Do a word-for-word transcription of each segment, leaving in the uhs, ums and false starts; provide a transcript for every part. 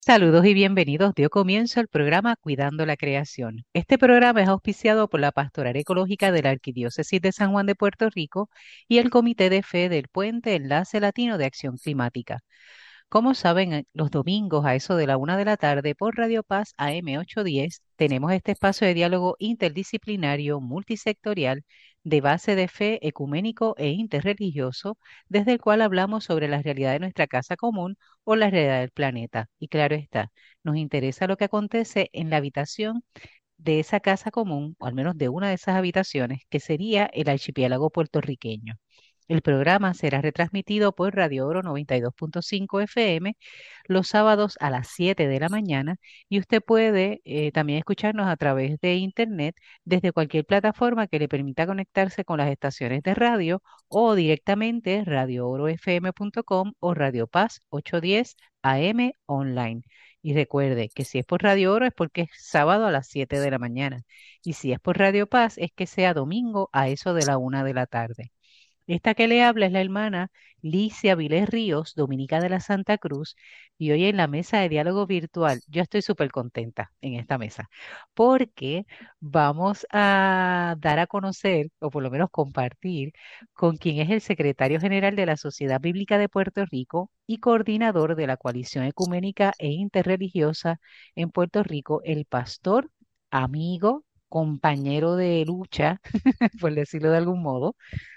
Saludos y bienvenidos. Dio comienzo el programa Cuidando la Creación. Este programa es auspiciado por la Pastoral Ecológica de la Arquidiócesis de San Juan de Puerto Rico y el Comité de Fe del Puente Enlace Latino de Acción Climática. Como saben, eh, los domingos a eso de la una de la tarde por Radio Paz A M ochocientos diez tenemos este espacio de diálogo interdisciplinario, multisectorial, de base de fe, ecuménico e interreligioso, desde el cual hablamos sobre la realidad de nuestra casa común o la realidad del planeta. Y claro está, nos interesa lo que acontece en la habitación de esa casa común, o al menos de una de esas habitaciones, que sería el archipiélago puertorriqueño. El programa será retransmitido por Radio Oro noventa y dos punto cinco F M los sábados a las siete de la mañana y usted puede eh, también escucharnos a través de internet desde cualquier plataforma que le permita conectarse con las estaciones de radio o directamente radio oro f m punto com o Radio Paz ochocientos diez A M online. Y recuerde que si es por Radio Oro es porque es sábado a las siete de la mañana. Y si es por Radio Paz es que sea domingo a eso de la una de la tarde. Esta que le habla es la hermana Licia Vilés Ríos, dominica de la Santa Cruz, y hoy en la mesa de diálogo virtual, yo estoy súper contenta en esta mesa, porque vamos a dar a conocer, o por lo menos compartir, con quien es el secretario general de la Sociedad Bíblica de Puerto Rico y coordinador de la Coalición Ecuménica e Interreligiosa en Puerto Rico, el pastor, amigo, compañero de lucha, por decirlo de algún modo,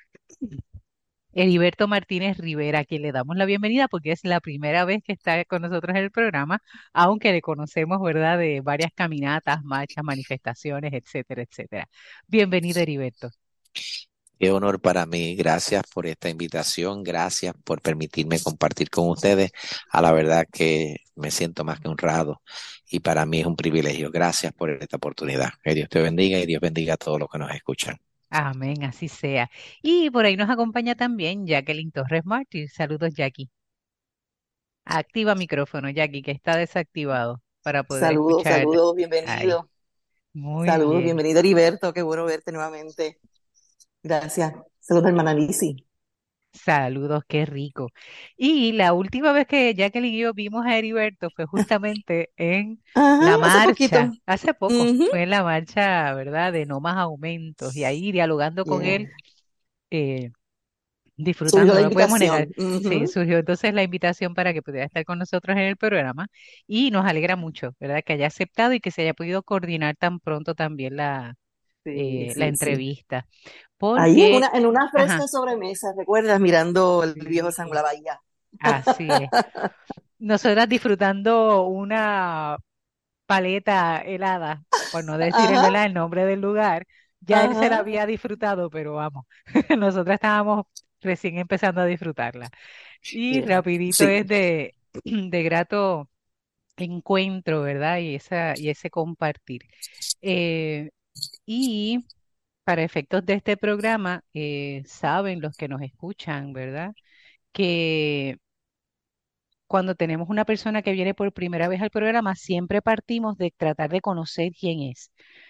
Heriberto Martínez Rivera, a quien le damos la bienvenida porque es la primera vez que está con nosotros en el programa, aunque le conocemos, ¿verdad?, de varias caminatas, marchas, manifestaciones, etcétera, etcétera. Bienvenido, Heriberto. Qué honor para mí. Gracias por esta invitación. Gracias por permitirme compartir con ustedes. A la verdad que me siento más que honrado y para mí es un privilegio. Gracias por esta oportunidad. Que Dios te bendiga y Dios bendiga a todos los que nos escuchan. Amén, así sea. Y por ahí nos acompaña también Jacqueline Torres Martí. Saludos, Jackie. Activa micrófono, Jackie, que está desactivado para poder Saludos, escuchar. saludos, Ay, bienvenido. muy Saludos, bien. bienvenido Heriberto, qué bueno verte nuevamente. Gracias. Saludos, hermana Lisi. Saludos, qué rico. Y la última vez que Jacqueline y yo vimos a Heriberto fue justamente en la Ajá, hace poquito. marcha, hace poco, Ujú. fue en la marcha, ¿verdad?, de No Más Aumentos. Y ahí dialogando con Yeah. él, eh, Surgió disfrutando, la no lo podemos invitación. negar. Sí, Ujú. surgió entonces la invitación para que pudiera estar con nosotros en el programa y nos alegra mucho, ¿verdad?, que haya aceptado y que se haya podido coordinar tan pronto también la, Sí, eh, la sí, sí. entrevista. Ahí en Porque, una, en una ajá, fresca sobremesa, ¿recuerdas? Mirando el viejo San sí, la bahía. así es. Nosotras disfrutando una paleta helada, por no decir el, Ajá, ¿verdad?, el nombre del lugar. Ya él se la ajá. había disfrutado, pero vamos, nosotras estábamos recién empezando a disfrutarla. Y Yeah. rapidito Sí. es de, de grato encuentro, ¿verdad? Y, esa, y ese compartir. Eh, y para efectos de este programa, eh, saben los que nos escuchan, ¿verdad?, que cuando tenemos una persona que viene por primera vez al programa, siempre partimos de tratar de conocer quién es.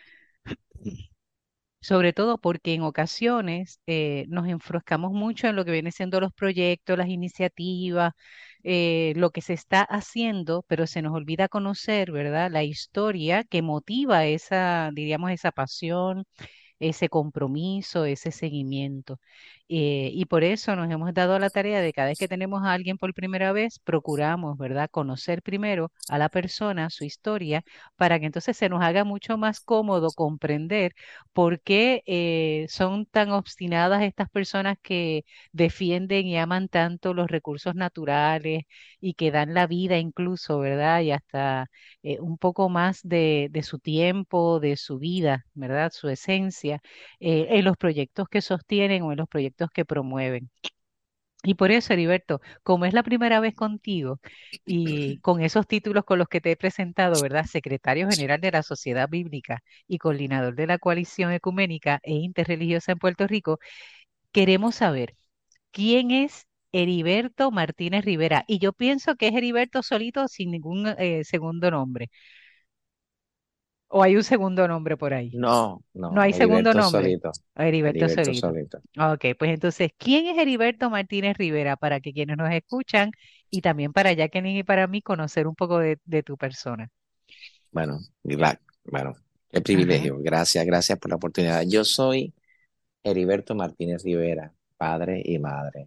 Sobre todo porque en ocasiones eh, nos enfroscamos mucho en lo que vienen siendo los proyectos, las iniciativas, eh, lo que se está haciendo, pero se nos olvida conocer, ¿verdad?, la historia que motiva esa, diríamos, esa pasión, ese compromiso, ese seguimiento. Eh, y por eso nos hemos dado a la tarea de cada vez que tenemos a alguien por primera vez, procuramos, ¿verdad?, conocer primero a la persona, su historia, para que entonces se nos haga mucho más cómodo comprender por qué eh, son tan obstinadas estas personas que defienden y aman tanto los recursos naturales y que dan la vida incluso, ¿verdad? Y hasta eh, un poco más de, de su tiempo, de su vida, ¿verdad? Su esencia, eh, en los proyectos que sostienen o en los proyectos que promueven. Y por eso, Heriberto, como es la primera vez contigo y con esos títulos con los que te he presentado, ¿verdad? Secretario General de la Sociedad Bíblica y coordinador de la Coalición Ecuménica e Interreligiosa en Puerto Rico, queremos saber quién es Heriberto Martínez Rivera. Y yo pienso que es Heriberto solito sin ningún eh, segundo nombre. ¿O hay un segundo nombre por ahí? No, No no, hay segundo Heriberto nombre. solito, Heriberto Heriberto Solito. solito. Ok, pues entonces, ¿quién es Heriberto Martínez Rivera? Para que quienes nos escuchan y también para Jacqueline y para mí conocer un poco de, de tu persona. Bueno, y la- bueno, qué Ajá. privilegio. Gracias, gracias por la oportunidad. Yo soy Heriberto Martínez Rivera, padre y madre.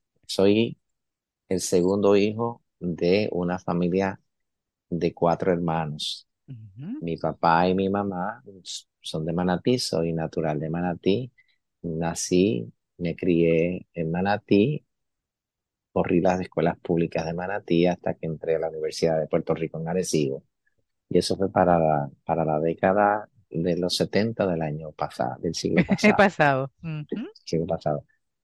Soy el segundo hijo de una familia de cuatro hermanos. Ujú. Mi papá y mi mamá son de Manatí, soy natural de Manatí. Nací, me crié en Manatí, corrí las escuelas públicas de Manatí hasta que entré a la Universidad de Puerto Rico en Arecibo. Y eso fue para la, para la década de los setenta del año pasado, del siglo He pasado, pasado. Ujú. siglo pasado.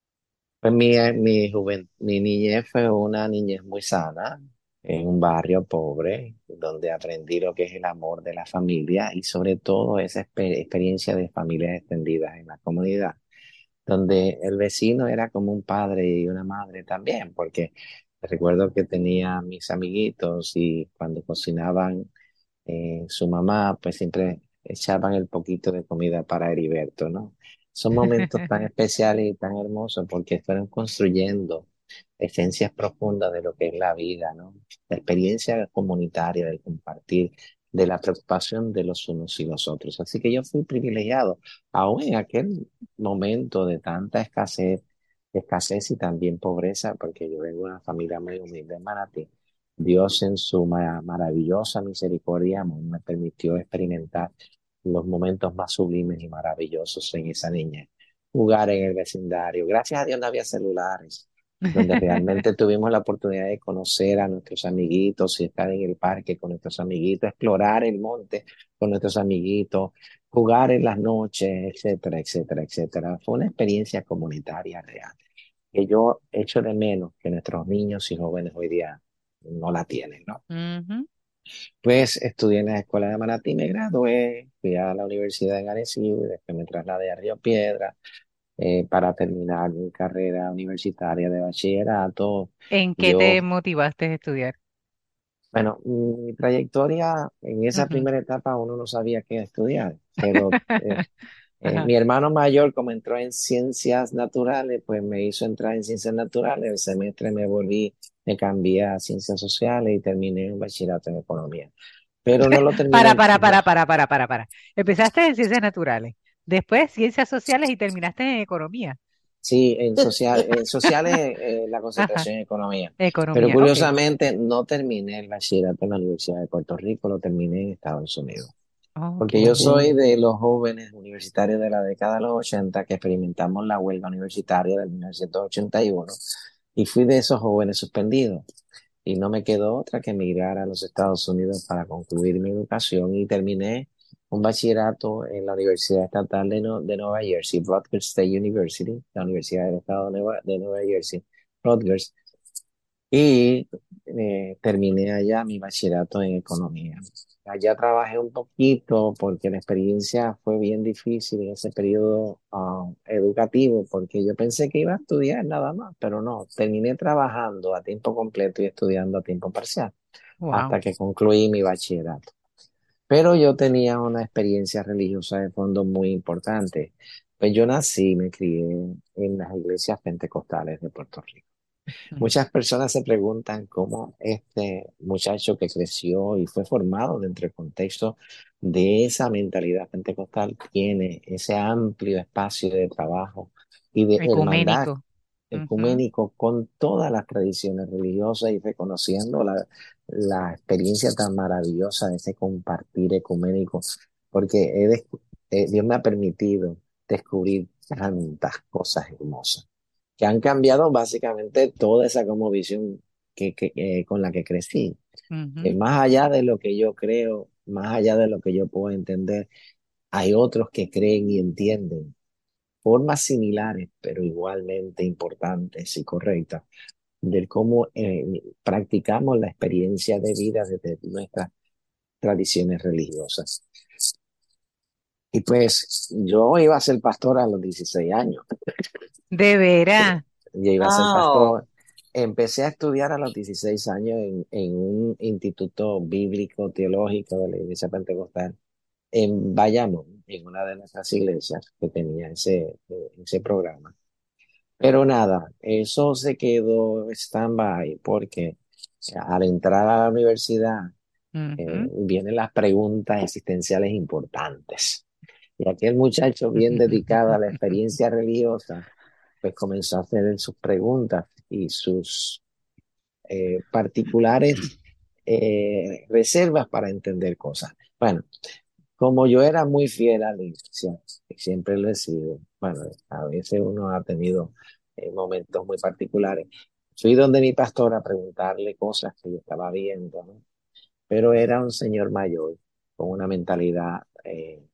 Pues mi, mi juven- mi niñez fue una niñez muy sana, en un barrio pobre, donde aprendí lo que es el amor de la familia y sobre todo esa exper- experiencia de familias extendidas en la comunidad, donde el vecino era como un padre y una madre también, porque recuerdo que tenía mis amiguitos y cuando cocinaban eh, su mamá, pues siempre echaban el poquito de comida para Heriberto, ¿no? Son momentos tan especiales y tan hermosos porque fueron construyendo esencias profundas de lo que es la vida, ¿no? La experiencia comunitaria del compartir, de la preocupación de los unos y los otros. Así que yo fui privilegiado, aún en aquel momento de tanta escasez, escasez y también pobreza, porque yo vengo de una familia muy humilde en Manatí. Dios en su ma- maravillosa misericordia me permitió experimentar los momentos más sublimes y maravillosos en esa niñez. Jugar en el vecindario. Gracias a Dios no había celulares, donde realmente tuvimos la oportunidad de conocer a nuestros amiguitos y estar en el parque con nuestros amiguitos, explorar el monte con nuestros amiguitos, jugar en las noches, etcétera, etcétera, etcétera. Fue una experiencia comunitaria real que yo echo de menos que nuestros niños y jóvenes hoy día no la tienen, ¿no? Ujú. Pues estudié en la escuela de Manatí, me gradué, fui a la universidad en Arecibo y después me trasladé a Río Piedra eh, para terminar mi carrera universitaria de bachillerato. ¿En qué Yo, te motivaste a estudiar? bueno, mi trayectoria en esa Ujú. primera etapa uno no sabía qué estudiar, pero eh, Eh, Ajá. mi hermano mayor, como entró en ciencias naturales, pues me hizo entrar en ciencias naturales. El semestre me volví, me cambié a ciencias sociales y terminé un bachillerato en economía. Pero no lo Para, terminé, para, no. para, para, para, para, para. Empezaste en ciencias naturales, después ciencias sociales y terminaste en economía. Sí, en, social, en sociales eh, la Ajá. concentración en economía. Pero Economía, ok. curiosamente no terminé el bachillerato en la Universidad de Puerto Rico, lo terminé en Estados Unidos. Ok. Porque yo soy de los jóvenes universitarios de la década de los ochenta que experimentamos la huelga universitaria del mil novecientos ochenta y uno y fui de esos jóvenes suspendidos. Y no me quedó otra que emigrar a los Estados Unidos para concluir mi educación y terminé un bachillerato en la Universidad Estatal de, No- de Nueva Jersey, Rutgers State University, la Universidad del Estado de Nueva, de Nueva Jersey, Rutgers, y eh, terminé allá mi bachillerato en economía. Allá trabajé un poquito porque la experiencia fue bien difícil en ese periodo ah, educativo, porque yo pensé que iba a estudiar nada más, pero no, terminé trabajando a tiempo completo y estudiando a tiempo parcial Wow. hasta que concluí mi bachillerato. Pero yo tenía una experiencia religiosa de fondo muy importante. Pues yo nací y me crié en las iglesias pentecostales de Puerto Rico. Ujú. Muchas personas se preguntan cómo este muchacho que creció y fue formado dentro del contexto de esa mentalidad pentecostal tiene ese amplio espacio de trabajo y de hermandad Ecuménico. Ujú. ecuménico con todas las tradiciones religiosas y reconociendo la, la experiencia tan maravillosa de ese compartir ecuménico, porque he descu- eh, Dios me ha permitido descubrir tantas cosas hermosas que han cambiado básicamente toda esa como visión que, que, eh, con la que crecí. Que Ujú. más allá de lo que yo creo, más allá de lo que yo puedo entender, hay otros que creen y entienden formas similares, pero igualmente importantes y correctas, de cómo eh, practicamos la experiencia de vida desde nuestras tradiciones religiosas. Y pues yo iba a ser pastor a los dieciséis años. De veras. Yo iba a ser Wow. pastor. Empecé a estudiar a los dieciséis años en, en un instituto bíblico teológico de la Iglesia Pentecostal. en Bayamón, en una de nuestras iglesias que tenía ese, eh, ese programa. Pero nada, eso se quedó stand-by porque al entrar a la universidad eh, Ujú. vienen las preguntas existenciales importantes. Y aquel muchacho bien dedicado a la experiencia religiosa, pues comenzó a hacer sus preguntas y sus eh, particulares eh, reservas para entender cosas. Bueno, como yo era muy fiel a la iglesia, y siempre lo he sido, bueno, a veces uno ha tenido eh, momentos muy particulares. Fui donde mi pastor a preguntarle cosas que yo estaba viendo, ¿no? Pero era un señor mayor, con una mentalidad eh,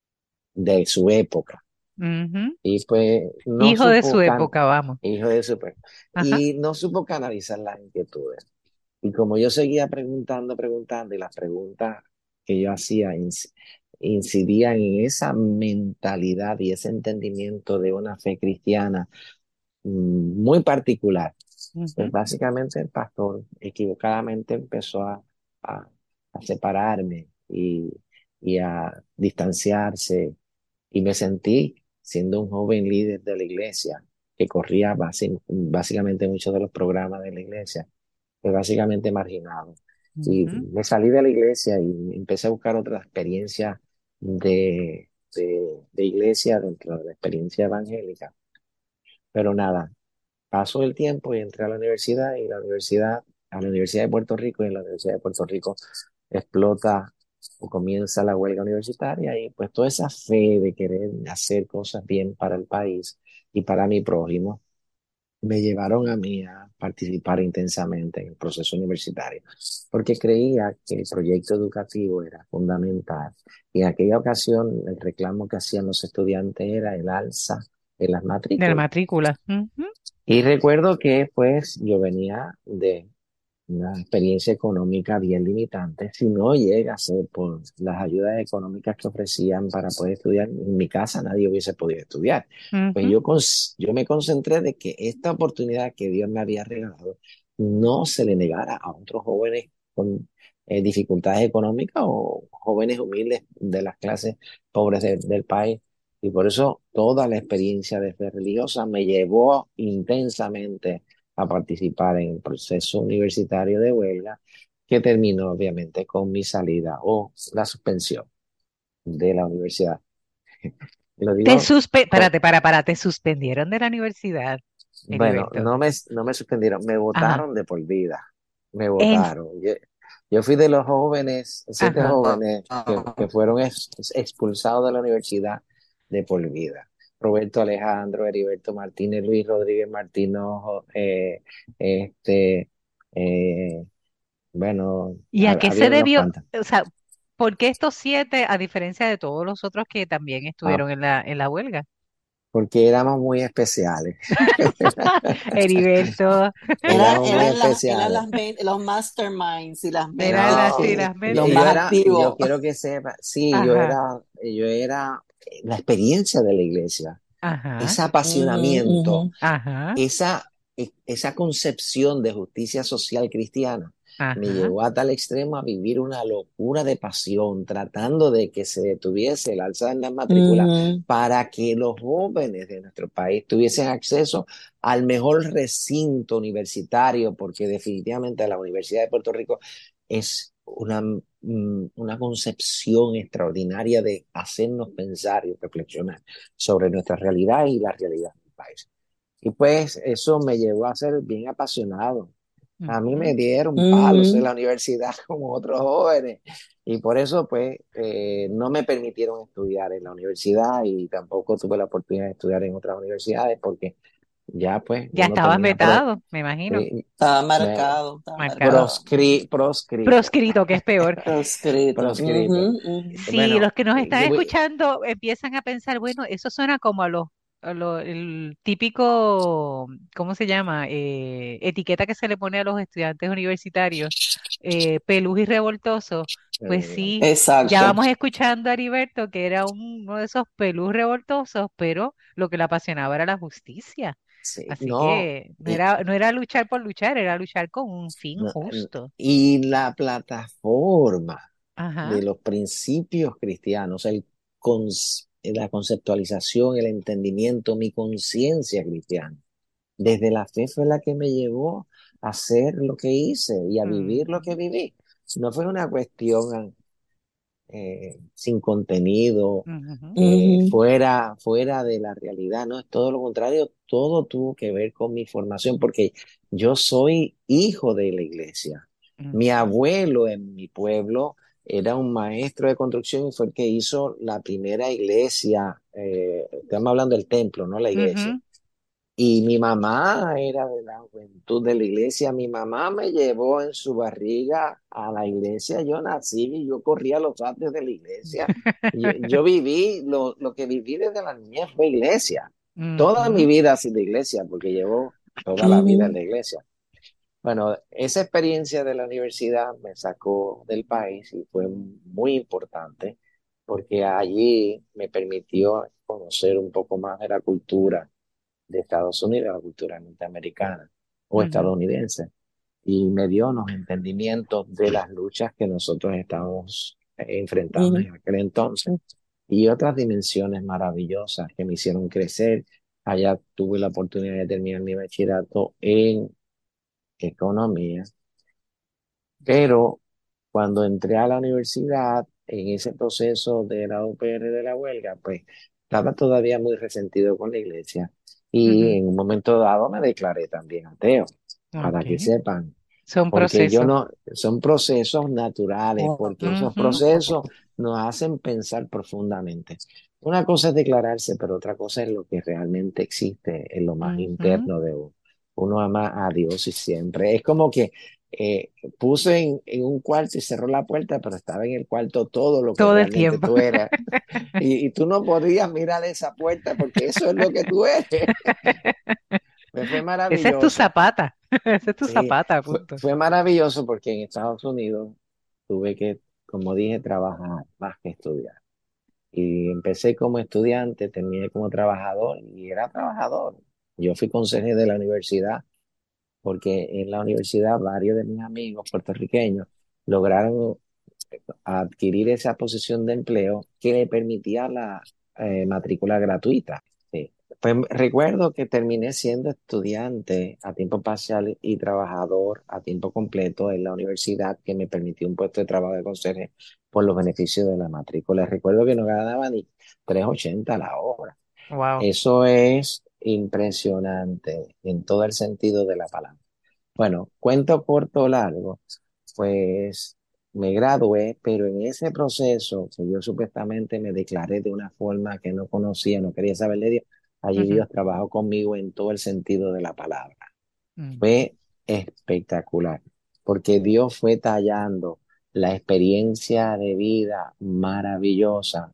de su época. Ujú. Y pues no Hijo de su supo, can época, vamos. hijo de su época, Ajá. y no supo canalizar las inquietudes. Y como yo seguía preguntando, preguntando, y las preguntas que yo hacía inc- incidían en esa mentalidad y ese entendimiento de una fe cristiana mm, muy particular, pues Ujú. básicamente el pastor equivocadamente empezó a, a- a separarme y, y a distanciarse. Y me sentí, siendo un joven líder de la iglesia, que corría basi- básicamente muchos de los programas de la iglesia, pues básicamente marginado. Y Ujú. me salí de la iglesia y empecé a buscar otra experiencia de, de, de iglesia dentro de la experiencia evangélica. Pero nada, pasó el tiempo y entré a la universidad y la universidad, a la Universidad de Puerto Rico, y en la Universidad de Puerto Rico explota o comienza la huelga universitaria y pues toda esa fe de querer hacer cosas bien para el país y para mi prójimo me llevaron a mí a participar intensamente en el proceso universitario, porque creía que el proyecto educativo era fundamental. Y en aquella ocasión el reclamo que hacían los estudiantes era el alza en las De la matrículas. matrícula. Ujú. Y recuerdo que pues yo venía de una experiencia económica bien limitante, si no llega a ser por las ayudas económicas que ofrecían para poder estudiar. En mi casa nadie hubiese podido estudiar. Pues Ujú. yo, cons- yo me concentré de que esta oportunidad que Dios me había regalado no se le negara a otros jóvenes con eh, dificultades económicas o jóvenes humildes de las clases pobres de- del país. Y por eso toda la experiencia de fe religiosa me llevó intensamente a participar en el proceso universitario de huelga, que terminó obviamente con mi salida o la suspensión de la universidad. Lo Te digo, suspe, con- párate, para, para, te suspendieron de la universidad, bueno, Heriberto. no me, no me suspendieron, me Ajá. votaron de por vida, me En, votaron. Yo, yo fui de los jóvenes, siete ajá. jóvenes que, que fueron ex- expulsados de la universidad de por vida. Roberto Alejandro, Heriberto Martínez, Luis Rodríguez Martino, eh, este, eh, bueno, ¿Y a ha- qué se había unos debió? cuantos. O sea, ¿por qué estos siete, a diferencia de todos los otros que también Ah, estuvieron en la, en la huelga? porque éramos muy especiales. Heriberto, Era, Éramos muy eran las, eran especiales. las men- los masterminds y las eran mentes las No, y que las los y mentes. yo más era, y yo activos. quiero que sepa, sí, yo Ajá, era, yo era la experiencia de la iglesia, ajá, ese Ujú, ujú. apasionamiento, ajá, esa, e- esa concepción de justicia social cristiana me ajá. llevó a tal extremo a vivir una locura de pasión, tratando de que se detuviese el alza en las matrículas Ujú. para que los jóvenes de nuestro país tuviesen acceso al mejor recinto universitario, porque definitivamente la Universidad de Puerto Rico es una, mm, una concepción extraordinaria de hacernos pensar y reflexionar sobre nuestra realidad y la realidad del país. Y pues eso me llevó a ser bien apasionado. A mí me Ujú. dieron palos en Ujú. la universidad como otros jóvenes y por eso pues eh, no me permitieron estudiar en la universidad y tampoco tuve la oportunidad de estudiar en otras universidades porque ya pues Ya uno estabas tenía pro- vetado, me imagino, eh, Estaba me- marcado, estaba marcado. marcado. proscri- proscrito, Proscrito, que es peor. Proscrito. Ujú, proscrito. ujú. Si Bueno, los que nos eh, están yo voy- escuchando empiezan a pensar, bueno, eso suena como a los, a lo- el típico, ¿cómo se llama? Eh, etiqueta que se le pone a los estudiantes universitarios, eh, pelús y revoltosos. Pues sí, ya Exacto. vamos escuchando a Heriberto, que era un- uno de esos pelús revoltosos, pero lo que le apasionaba era la justicia. sí, Así no. que no era, no era luchar por luchar, era luchar con un fin No, justo. y la plataforma. Ajá. de los principios cristianos, el cons- la conceptualización, el entendimiento, mi conciencia cristiana. Desde la fe fue la que me llevó a hacer lo que hice y a vivir lo que Ujú, viví. No fue una cuestión eh, sin contenido, ujú, eh, Ujú, fuera, fuera de la realidad, no, es todo lo contrario, todo tuvo que ver con mi formación, porque yo soy hijo de la iglesia. Mi ujú, abuelo en mi pueblo era un maestro de construcción y fue el que hizo la primera iglesia, eh, estamos hablando del templo, no la iglesia. ujú. Y mi mamá era de la juventud de la iglesia. Mi mamá me llevó en su barriga a la iglesia. Yo nací y yo corría los atrios de la iglesia. Yo, yo viví, lo, lo que viví desde la niñez fue iglesia. Toda mi Ujú, vida ha sido iglesia, porque llevo toda la vida en ujú, la iglesia. Bueno, esa experiencia de la universidad me sacó del país y fue muy importante, porque allí me permitió conocer un poco más de la cultura de Estados Unidos, la cultura norteamericana o ujú, estadounidense, y me dio unos entendimientos de las luchas que nosotros estábamos eh, enfrentando ujú, en aquel entonces y otras dimensiones maravillosas que me hicieron crecer. Allá tuve la oportunidad de terminar mi bachillerato en economía, pero cuando entré a la universidad, en ese proceso de la U P R de la huelga, pues estaba todavía muy resentido con la iglesia y ujú. en un momento dado me declaré también ateo, para que Ok. sepan, Son porque yo procesos. no, son procesos naturales, wow, porque esos Ujú, procesos nos hacen pensar profundamente. Una cosa es declararse, pero otra cosa es lo que realmente existe en lo más ujú. interno de uno. Uno ama a Dios y siempre. Es como que eh, puse en, en un cuarto y cerró la puerta, pero estaba en el cuarto todo lo que Todo el realmente tiempo. tú eras. Y, y tú no podías mirar esa puerta porque eso es lo que tú eres. Pues fue Esa es tu maravilloso. zapata. Esa es tu Sí, zapata, fue, punto. fue maravilloso porque en Estados Unidos tuve que, como dije, trabajar más que estudiar. Y empecé como estudiante, terminé como trabajador y era trabajador. Yo fui consejero de la universidad porque en la universidad varios de mis amigos puertorriqueños lograron adquirir esa posición de empleo que le permitía la eh, matrícula gratuita. Sí. Pues recuerdo que terminé siendo estudiante a tiempo parcial y trabajador a tiempo completo en la universidad, que me permitió un puesto de trabajo de consejero por los beneficios de la matrícula. Recuerdo que no ganaba ni tres ochenta a la hora. Wow. Eso es impresionante en todo el sentido de la palabra. Bueno, cuento corto o largo, pues me gradué, pero en ese proceso que yo supuestamente me declaré de una forma que no conocía, no quería saber de Dios, allí Ujú, Dios trabajó conmigo en todo el sentido de la palabra. ujú, Fue espectacular, porque Dios fue tallando la experiencia de vida maravillosa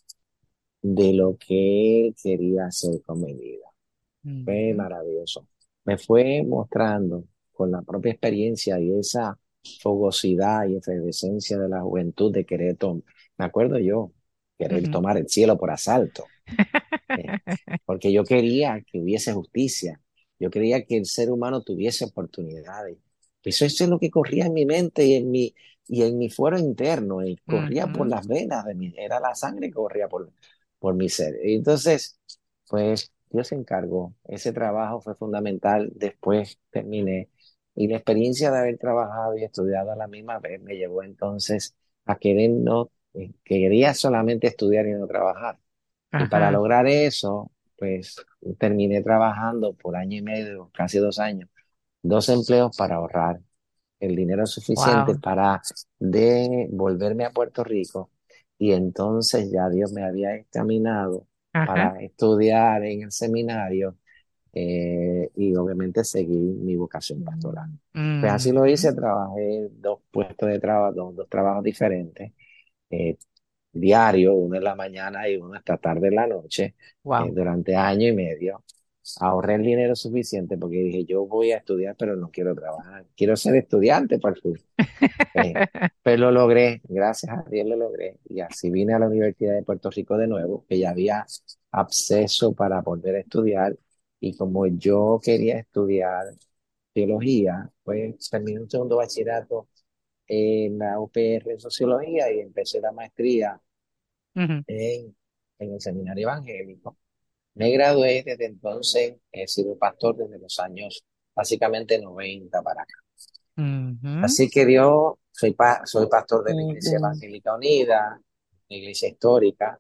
de lo que Él quería hacer con mi vida. Fue ujú, maravilloso. Me fue mostrando con la propia experiencia y esa fogosidad y efervescencia de la juventud de querer tomar, me acuerdo yo, querer ujú. tomar el cielo por asalto, eh, porque yo quería que hubiese justicia, yo quería que el ser humano tuviese oportunidades. Eso, eso es lo que corría en mi mente y en mi, y en mi fuero interno, y corría por Ujú. las venas de mi, era la sangre que corría por, por mi ser. Y entonces, pues Dios se encargó, ese trabajo fue fundamental, después terminé, y la experiencia de haber trabajado y estudiado a la misma vez me llevó entonces a querer no, eh, quería solamente estudiar y no trabajar. Y para Ajá. lograr eso, pues terminé trabajando por año y medio, casi dos años, dos empleos para ahorrar el dinero suficiente Wow. para devolverme a Puerto Rico. Y entonces ya Dios me había encaminado Ajá. para estudiar en el seminario eh, y obviamente seguir mi vocación pastoral. Pues así lo Ujú. hice, trabajé dos puestos de trabajo, dos, dos trabajos diferentes. eh, Diario, uno en la mañana y uno hasta tarde en la noche, eh, Wow. durante año y medio. Ahorré el dinero suficiente porque dije, yo voy a estudiar, pero no quiero trabajar. Quiero ser estudiante por fin. Eh, pero lo logré, gracias a Dios lo logré. Y así vine a la Universidad de Puerto Rico de nuevo, que ya había acceso para volver a estudiar. Y como yo quería estudiar teología, pues terminé un segundo bachillerato en la U P R en Sociología y empecé la maestría Ujú, en, en el Seminario Evangélico. Me gradué desde entonces, he sido pastor desde los años básicamente noventa para acá. ujú, Así que Dios, soy, pa- soy pastor de la Iglesia ujú, Evangélica Unida, una iglesia histórica.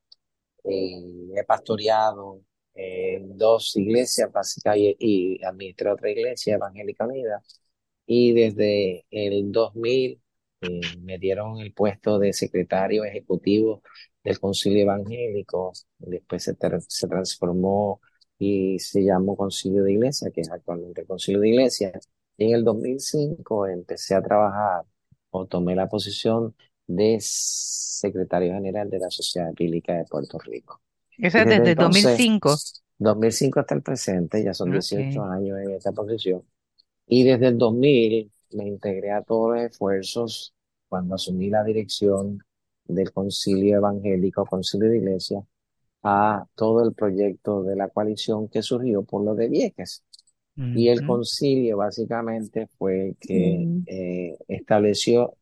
Eh, he pastoreado en dos iglesias básicas y, y administré otra iglesia Evangélica Unida. Y desde el dos mil eh, me dieron el puesto de secretario ejecutivo del Concilio Evangélico. Después se, ter- se transformó y se llamó Concilio de Iglesia, que es actualmente el Concilio de Iglesia. Y en el dos mil cinco empecé a trabajar o tomé la posición de secretario general de la Sociedad Bíblica de Puerto Rico. Eso Y es desde desde dos mil entonces, cinco. dos mil cinco hasta el presente, ya son dieciocho Okay. años en esta posición. Y desde el dos mil me integré a todos los esfuerzos cuando asumí la dirección del Concilio Evangélico, Concilio de Iglesia, a todo el proyecto de la coalición que surgió por lo de Vieques. Y el Ujú, concilio básicamente fue el que ujú, eh, estableció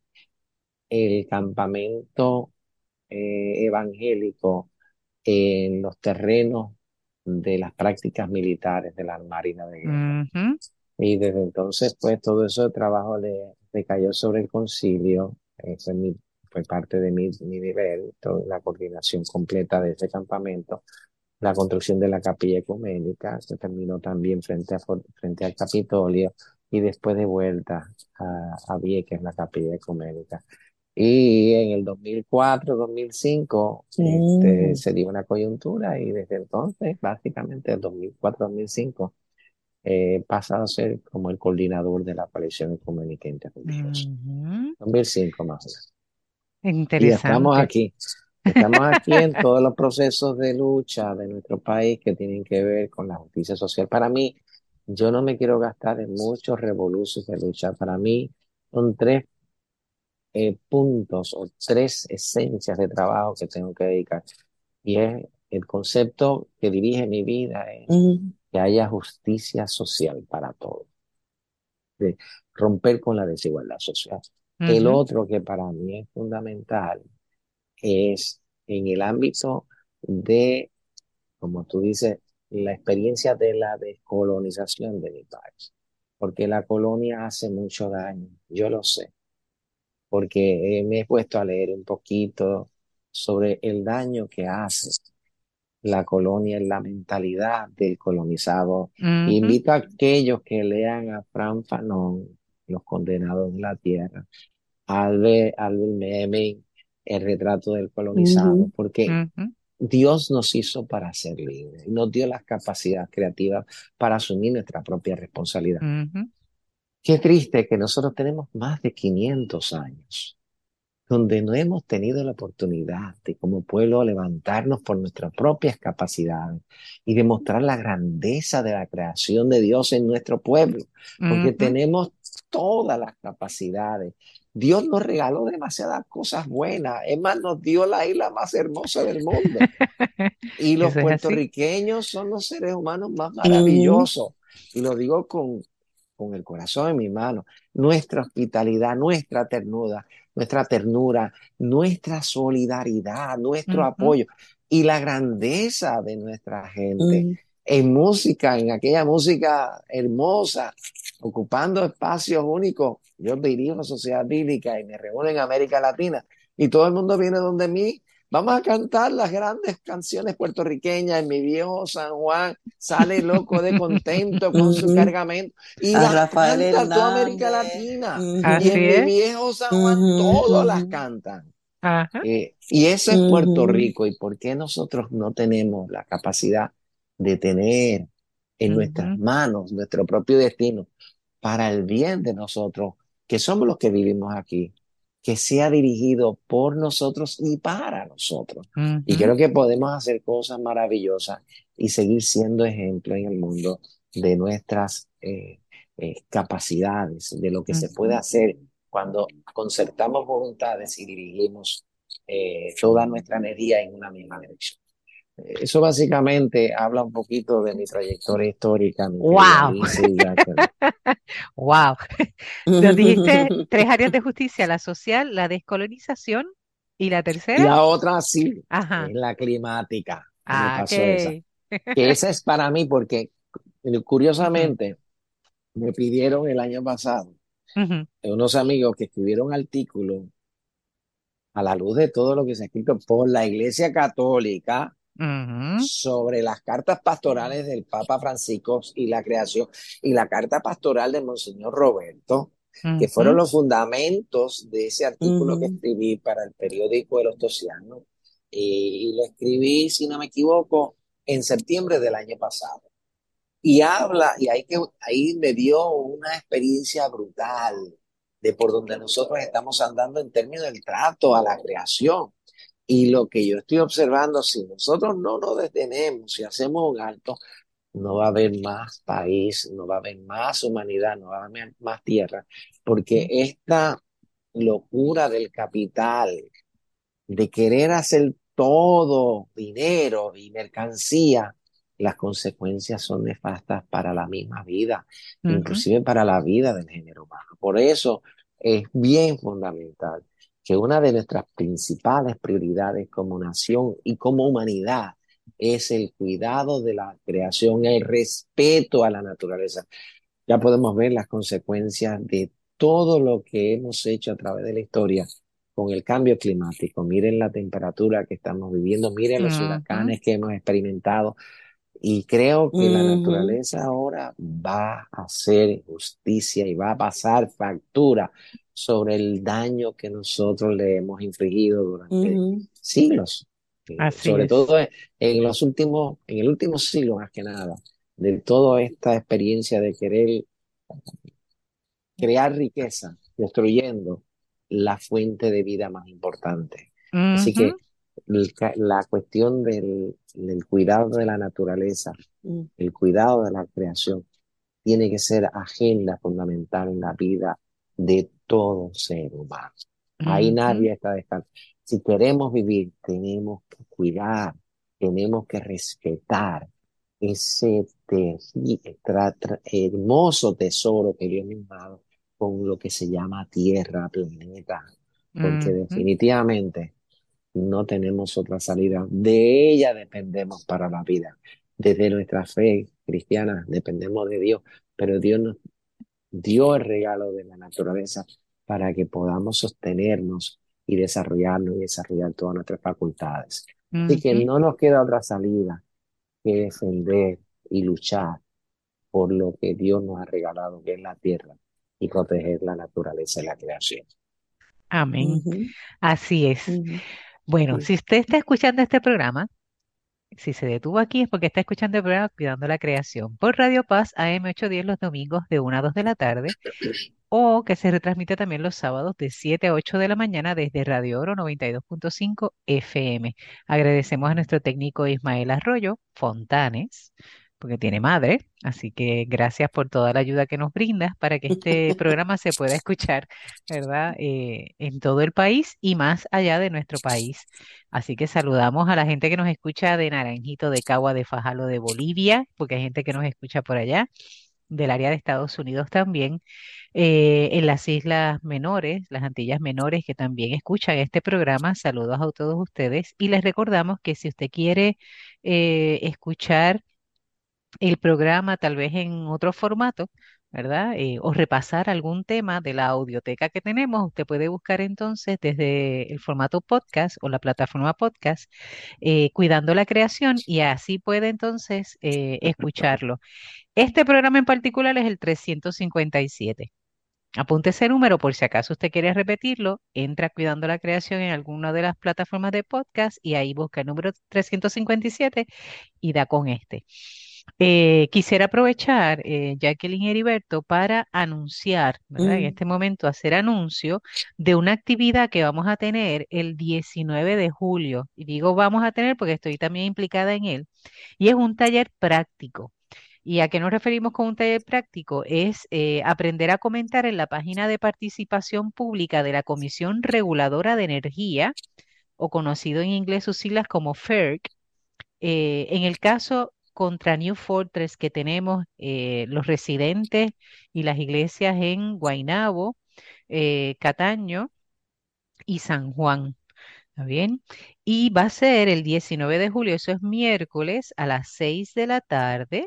el campamento eh, evangélico en los terrenos de las prácticas militares de la Marina de Guerra. ujú, Y desde entonces, pues todo eso de trabajo le, le cayó sobre el concilio. Eh, fue, mi- fue parte de mi, mi nivel, toda la coordinación completa de ese campamento, la construcción de la capilla ecuménica, que terminó también frente, a, For- frente al Capitolio, y después de vuelta a, a Vieques, la capilla ecuménica. Y en el dos mil cuatro, dos mil cinco, este, ujú. se dio una coyuntura y desde entonces, básicamente, el dos mil cuatro, dos mil cinco, eh, pasa a ser como el coordinador de la coalición ecuménica interreligiosa. ujú. dos mil cinco más o menos. Y estamos Interesante. aquí. Estamos aquí en todos los procesos de lucha de nuestro país que tienen que ver con la justicia social. Para mí, yo no me quiero gastar en muchos revoluciones de lucha. Para mí, son tres eh, puntos o tres esencias de trabajo que tengo que dedicar. Y es el concepto que dirige mi vida, es Ujú, que haya justicia social para todos, de romper con la desigualdad social. El Ujú, otro que para mí es fundamental es en el ámbito de, como tú dices, la experiencia de la descolonización de mi país. Porque la colonia hace mucho daño, yo lo sé, porque eh, me he puesto a leer un poquito sobre el daño que hace la colonia en la mentalidad del colonizado. ujú, Invito a aquellos que lean a Fran Fanon, Los Condenados de la Tierra, Albert, Albert Memmi, El Retrato del Colonizado, ujú, porque ujú, Dios nos hizo para ser libres y nos dio las capacidades creativas para asumir nuestra propia responsabilidad. ujú, Qué triste que nosotros tenemos más de quinientos años donde no hemos tenido la oportunidad de como pueblo levantarnos por nuestras propias capacidades y demostrar la grandeza de la creación de Dios en nuestro pueblo, porque ujú. tenemos todas las capacidades. Dios nos regaló demasiadas cosas buenas, es más, nos dio la isla más hermosa del mundo. Y los Eso es así. puertorriqueños son los seres humanos más ujú, maravillosos. Y lo digo con, con el corazón en mi mano. Nuestra hospitalidad, nuestra ternura, nuestra ternura, nuestra solidaridad, nuestro Ujú, apoyo y la grandeza de nuestra gente ujú, en música, en aquella música hermosa, ocupando espacios únicos. Yo dirijo Sociedad Bíblica y me reúno en América Latina y todo el mundo viene donde mí. Vamos a cantar las grandes canciones puertorriqueñas. En mi viejo San Juan sale loco de contento con su ujú. cargamento y A las Rafael canta toda América Hernández. Latina. Y Ujú, Así en mi es. viejo San Juan ujú, todos las ujú, cantan. Ajá. Eh, y eso es Puerto ujú, Rico. ¿Y por qué nosotros no tenemos la capacidad de tener en nuestras Ujú, manos nuestro propio destino para el bien de nosotros, que somos los que vivimos aquí, que sea dirigido por nosotros y para nosotros? Y ujú, creo que podemos hacer cosas maravillosas y seguir siendo ejemplo en el mundo de nuestras eh, eh, capacidades, de lo que se puede ujú. hacer cuando concertamos voluntades y dirigimos eh, toda nuestra energía en una misma dirección. Eso básicamente habla un poquito de mi trayectoria histórica, mi querida ¡Wow! Lisa y Jacqueline. ¡Wow! Nos dijiste tres áreas de justicia, la social, la descolonización y la tercera. La otra sí, es Ajá. la climática. Se me Ah, pasó esa. ok. Que esa es para mí porque, curiosamente, me pidieron el año pasado Ujú, unos amigos que escribieron artículos a la luz de todo lo que se ha escrito por la Iglesia Católica ujú, sobre las cartas pastorales del Papa Francisco y la creación, y la carta pastoral de Monseñor Roberto, que fueron ujú, los fundamentos de ese artículo que Ujú, escribí para el periódico El Ostosiano. Y, y lo escribí, si no me equivoco, en septiembre del año pasado. Y habla, y ahí, que, ahí me dio una experiencia brutal de por donde nosotros estamos andando en términos del trato a la creación. Y lo que yo estoy observando, si nosotros no nos detenemos, si hacemos un alto, no va a haber más país, no va a haber más humanidad, no va a haber más tierra, porque esta locura del capital, de querer hacer todo dinero y mercancía, las consecuencias son nefastas para la misma vida, ujú, inclusive para la vida del género humano. Por eso es bien fundamental que una de nuestras principales prioridades como nación y como humanidad es el cuidado de la creación, el respeto a la naturaleza. Ya podemos ver las consecuencias de todo lo que hemos hecho a través de la historia con el cambio climático. Miren la temperatura que estamos viviendo, miren los ujú, huracanes que hemos experimentado y creo que la ujú, naturaleza ahora va a hacer justicia y va a pasar factura sobre el daño que nosotros le hemos infligido durante ujú, siglos. Eh, así sobre es. todo en los últimos, en el último siglo más que nada, de toda esta experiencia de querer crear riqueza, destruyendo la fuente de vida más importante. Así Ujú, que el ca- la cuestión del, del cuidado de la naturaleza, ujú, el cuidado de la creación, tiene que ser agenda fundamental en la vida de todo ser humano. Ahí ujú, nadie está descansando. Si queremos vivir, tenemos que cuidar, tenemos que respetar ese terri- tra- tra- hermoso tesoro que Dios nos ha dado con lo que se llama tierra, planeta, porque ujú, definitivamente no tenemos otra salida. De ella dependemos para la vida. Desde nuestra fe cristiana dependemos de Dios, pero Dios nos dio el regalo de la naturaleza para que podamos sostenernos y desarrollarnos y desarrollar todas nuestras facultades. Así que ujú. no nos queda otra salida que defender y luchar por lo que Dios nos ha regalado, que es la tierra, y proteger la naturaleza y la creación. Amén. ujú, Así es. ujú. Bueno, Sí. si usted está escuchando este programa, si se detuvo aquí es porque está escuchando el programa Cuidando la Creación por Radio Paz A M ochocientos diez los domingos de una a dos de la tarde o que se retransmite también los sábados de siete a ocho de la mañana desde Radio Oro noventa y dos punto cinco F M. Agradecemos a nuestro técnico Ismael Arroyo Fontanes, porque tiene madre, así que gracias por toda la ayuda que nos brindas para que este programa se pueda escuchar, ¿verdad? Eh, en todo el país y más allá de nuestro país. Así que saludamos a la gente que nos escucha de Naranjito, de Cagua, de Fajalo, de Bolivia, porque hay gente que nos escucha por allá, del área de Estados Unidos también, eh, en las islas menores, las Antillas menores que también escuchan este programa. Saludos a todos ustedes y les recordamos que si usted quiere eh, escuchar el programa tal vez en otro formato, ¿verdad? Eh, o repasar algún tema de la audioteca que tenemos, usted puede buscar entonces desde el formato podcast o la plataforma podcast, eh, Cuidando la Creación, y así puede entonces eh, escucharlo. Este programa en particular es el trescientos cincuenta y siete. Apunte ese número por si acaso usted quiere repetirlo, entra Cuidando la Creación en alguna de las plataformas de podcast y ahí busca el número trescientos cincuenta y siete y da con este. Eh, quisiera aprovechar, eh, Jacqueline y Heriberto, para anunciar, ¿verdad? En Mm, este momento hacer anuncio de una actividad que vamos a tener el diecinueve de julio. Y digo vamos a tener porque estoy también implicada en él. Y es un taller práctico. ¿Y a qué nos referimos con un taller práctico? Es eh, aprender a comentar en la página de participación pública de la Comisión Reguladora de Energía, o conocido en inglés sus siglas como F E R C, Eh, en el caso contra New Fortress que tenemos eh, los residentes y las iglesias en Guaynabo, eh, Cataño y San Juan. ¿Está bien? Y va a ser el diecinueve de julio, eso es miércoles a las seis de la tarde,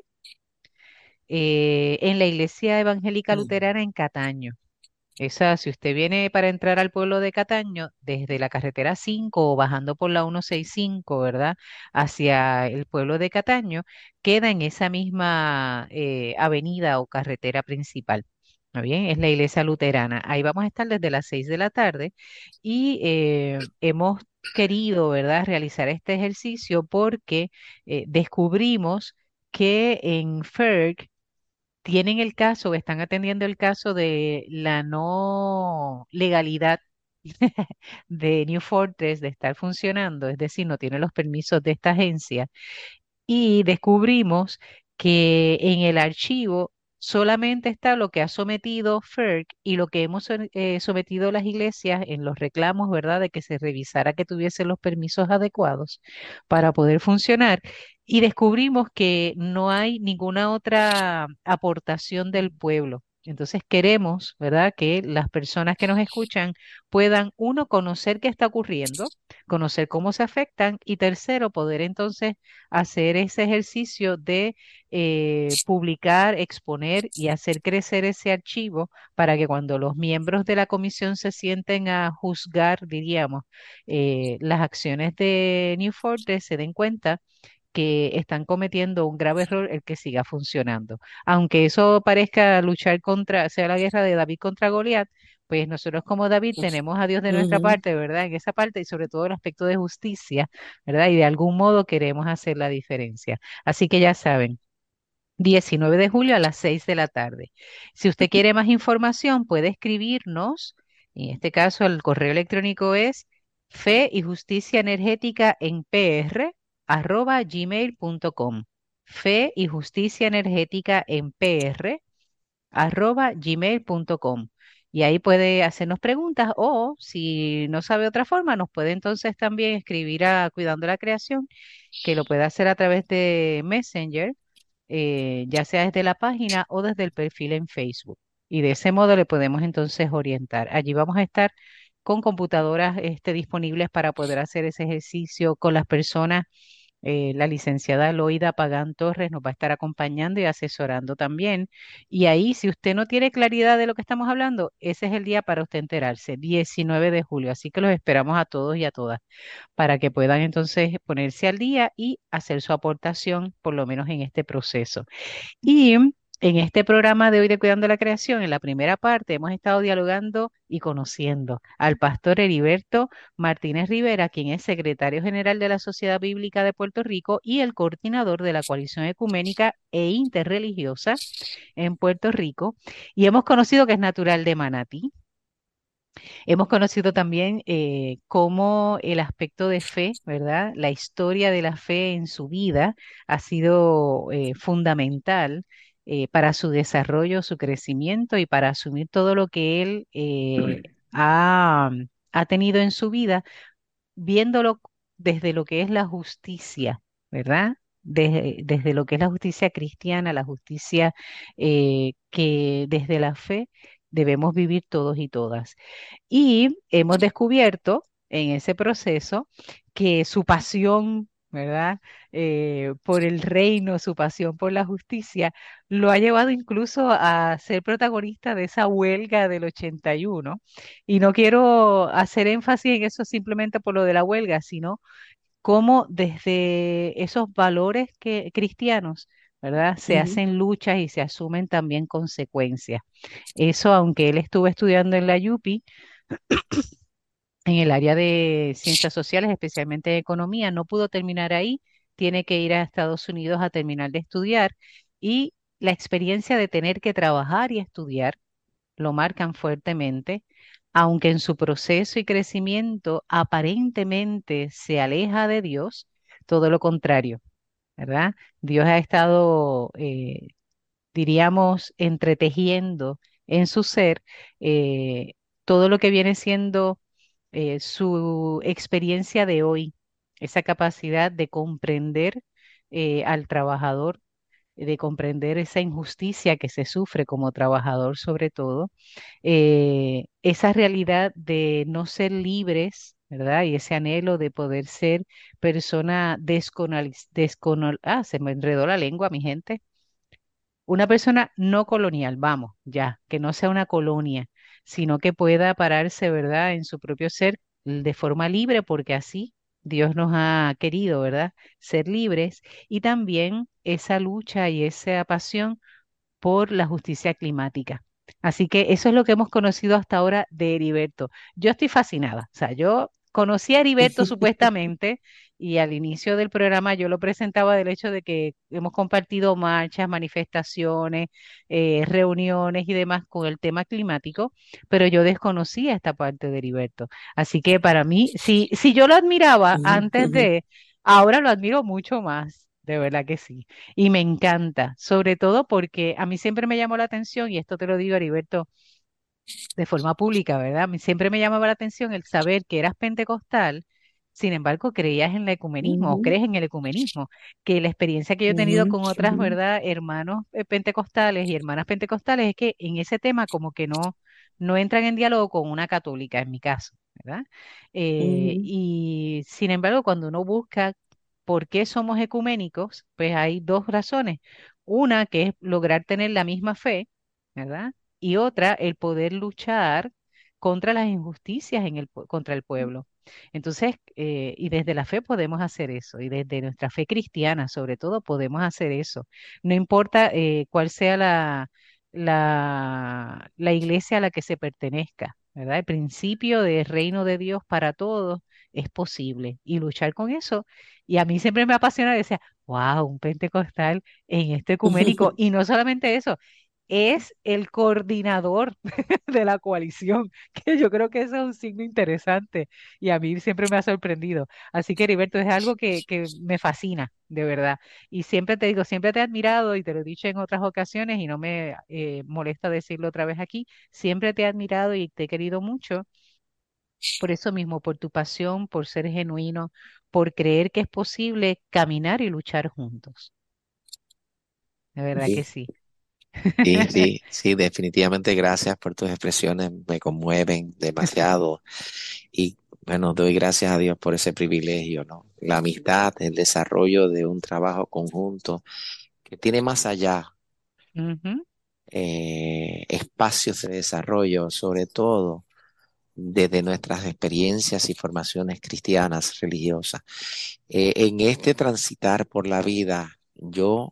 eh, en la Iglesia Evangélica Mm. Luterana en Cataño. Esa, si usted viene para entrar al pueblo de Cataño desde la carretera cinco o bajando por la ciento sesenta y cinco, ¿verdad? Hacia el pueblo de Cataño, queda en esa misma eh, avenida o carretera principal. ¿Está bien? Es la iglesia luterana. Ahí vamos a estar desde las seis de la tarde y eh, hemos querido, ¿verdad?, realizar este ejercicio porque eh, descubrimos que en FERC tienen el caso, o están atendiendo el caso de la no legalidad de New Fortress de estar funcionando, es decir, no tiene los permisos de esta agencia y descubrimos que en el archivo solamente está lo que ha sometido FERC y lo que hemos so- eh, sometido las iglesias en los reclamos, ¿verdad?, de que se revisara que tuviesen los permisos adecuados para poder funcionar. Y descubrimos que no hay ninguna otra aportación del pueblo. Entonces queremos, ¿verdad?, que las personas que nos escuchan puedan, uno, conocer qué está ocurriendo, conocer cómo se afectan y tercero, poder entonces hacer ese ejercicio de eh, publicar, exponer y hacer crecer ese archivo para que cuando los miembros de la comisión se sienten a juzgar, diríamos, eh, las acciones de New Fortress, se den cuenta que están cometiendo un grave error el que siga funcionando. Aunque eso parezca luchar contra, sea la guerra de David contra Goliat, pues nosotros como David tenemos a Dios de nuestra Ujú. parte, ¿verdad? En esa parte y sobre todo el aspecto de justicia, ¿verdad? Y de algún modo queremos hacer la diferencia. Así que ya saben. diecinueve de julio a las seis de la tarde. Si usted quiere más información, puede escribirnos. En este caso, el correo electrónico es fe y justicia energética en pr arroba gmail punto com. Fe y justicia energética en pr arroba gmail punto com. Y ahí puede hacernos preguntas o si no sabe otra forma, nos puede entonces también escribir a Cuidando la Creación, que lo puede hacer a través de Messenger, eh, ya sea desde la página o desde el perfil en Facebook. Y de ese modo le podemos entonces orientar. Allí vamos a estar con computadoras este, disponibles para poder hacer ese ejercicio con las personas. Eh, la licenciada Loida Pagán Torres nos va a estar acompañando y asesorando también. Y ahí, si usted no tiene claridad de lo que estamos hablando, ese es el día para usted enterarse, diecinueve de julio. Así que los esperamos a todos y a todas para que puedan entonces ponerse al día y hacer su aportación, por lo menos en este proceso. Y en este programa de hoy de Cuidando la Creación, en la primera parte, hemos estado dialogando y conociendo al pastor Heriberto Martínez Rivera, quien es secretario general de la Sociedad Bíblica de Puerto Rico y el coordinador de la Coalición Ecuménica e Interreligiosa en Puerto Rico. Y hemos conocido que es natural de Manatí. Hemos conocido también eh, cómo el aspecto de fe, ¿verdad? La historia de la fe en su vida ha sido eh, fundamental eh, para su desarrollo, su crecimiento y para asumir todo lo que él eh, ha, ha tenido en su vida, viéndolo desde lo que es la justicia, ¿verdad? Desde, desde lo que es la justicia cristiana, la justicia eh, que desde la fe debemos vivir todos y todas. Y hemos descubierto en ese proceso que su pasión, ¿verdad? Eh, por el reino, su pasión por la justicia, lo ha llevado incluso a ser protagonista de esa huelga del ochenta y uno. Y no quiero hacer énfasis en eso simplemente por lo de la huelga, sino cómo desde esos valores que, cristianos, ¿verdad? Se Ujú. hacen luchas y se asumen también consecuencias. Eso, aunque él estuvo estudiando en la Yupi, en el área de ciencias sociales, especialmente economía, no pudo terminar ahí, tiene que ir a Estados Unidos a terminar de estudiar y la experiencia de tener que trabajar y estudiar lo marcan fuertemente, aunque en su proceso y crecimiento aparentemente se aleja de Dios, todo lo contrario, ¿verdad? Dios ha estado, eh, diríamos, entretejiendo en su ser eh, todo lo que viene siendo eh, su experiencia de hoy. esa capacidad de comprender eh, al trabajador, de comprender esa injusticia que se sufre como trabajador sobre todo, eh, esa realidad de no ser libres, ¿verdad? Y ese anhelo de poder ser persona desconal, desconal, ah, se me enredó la lengua, mi gente. Una persona no colonial, vamos, ya, que no sea una colonia, sino que pueda pararse, ¿verdad?, en su propio ser de forma libre, porque así Dios nos ha querido, ¿verdad?, ser libres, y también esa lucha y esa pasión por la justicia climática. Así que eso es lo que hemos conocido hasta ahora de Heriberto. Yo estoy fascinada. O sea, yo conocí a Heriberto supuestamente y al inicio del programa yo lo presentaba del hecho de que hemos compartido marchas, manifestaciones, eh, reuniones y demás con el tema climático, pero yo desconocía esta parte de Heriberto. Así que para mí, si, si yo lo admiraba antes de, ahora lo admiro mucho más. De verdad que sí. Y me encanta, sobre todo porque a mí siempre me llamó la atención, y esto te lo digo, Heriberto, de forma pública, ¿verdad? A mí siempre me llamaba la atención el saber que eras pentecostal, sin embargo, creías en el ecumenismo, o Ujú, crees en el ecumenismo, que la experiencia que yo he tenido ujú, con otras, ujú, ¿verdad?, hermanos eh, pentecostales y hermanas pentecostales es que en ese tema como que no, no entran en diálogo con una católica, en mi caso, ¿verdad? Eh, ujú, y sin embargo, cuando uno busca por qué somos ecuménicos, pues hay dos razones. Una que es lograr tener la misma fe, ¿verdad? Y otra, el poder luchar contra las injusticias en el, pue- contra el pueblo. Entonces, eh, y desde la fe podemos hacer eso, y desde nuestra fe cristiana, sobre todo, podemos hacer eso. No importa eh, cuál sea la, la, la iglesia a la que se pertenezca, ¿verdad? El principio del reino de Dios para todos es posible, y luchar con eso. Y a mí siempre me apasiona, decía, wow, un pentecostal en este ecuménico, y no solamente eso, es el coordinador de la coalición, que yo creo que eso es un signo interesante y a mí siempre me ha sorprendido. Así que, Heriberto, es algo que, que me fascina, de verdad. Y siempre te digo, siempre te he admirado y te lo he dicho en otras ocasiones y no me eh, molesta decirlo otra vez aquí, siempre te he admirado y te he querido mucho por eso mismo, por tu pasión, por ser genuino, por creer que es posible caminar y luchar juntos. De verdad que Sí, sí. sí, sí, sí, definitivamente gracias por tus expresiones, me conmueven demasiado y bueno, doy gracias a Dios por ese privilegio, ¿no? La amistad, el desarrollo de un trabajo conjunto que tiene más allá Ujú, eh, espacios de desarrollo, sobre todo desde nuestras experiencias y formaciones cristianas, religiosas. Eh, en este transitar por la vida, yo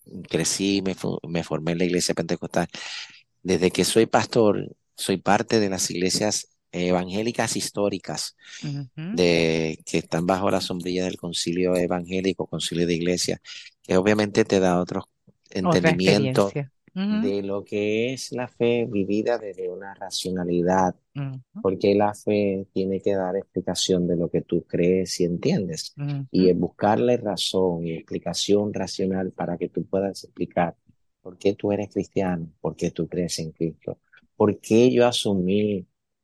crecí, me, fu- me formé en la iglesia pentecostal. Desde que soy pastor, soy parte de las iglesias evangélicas históricas ujú. de, que están bajo la sombrilla del concilio evangélico, concilio de iglesia, que obviamente te da otro Otra entendimiento experiencia. Ujú, de lo que es la fe vivida desde una racionalidad, ujú, porque la fe tiene que dar explicación de lo que tú crees y entiendes, y ujú, es buscarle razón y explicación racional para que tú puedas explicar por qué tú eres cristiano, por qué tú crees en Cristo, por qué yo asumí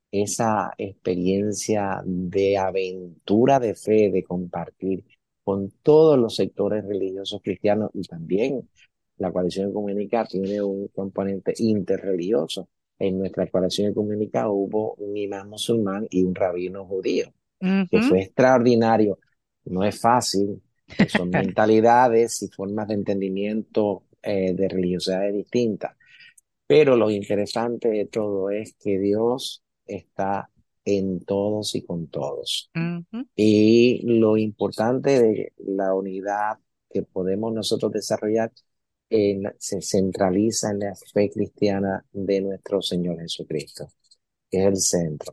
esa experiencia de aventura de fe, de compartir con todos los sectores religiosos cristianos y también la coalición ecuménica tiene un componente interreligioso. En nuestra coalición ecuménica hubo un imán musulmán y un rabino judío, que ujú. fue extraordinario. No es fácil, eh, son mentalidades y formas de entendimiento eh, de religiosidades distintas, pero lo interesante de todo es que Dios está en todos y con todos. Ujú, Y lo importante de la unidad que podemos nosotros desarrollar en- se centraliza en la fe cristiana de nuestro Señor Jesucristo, que es el centro.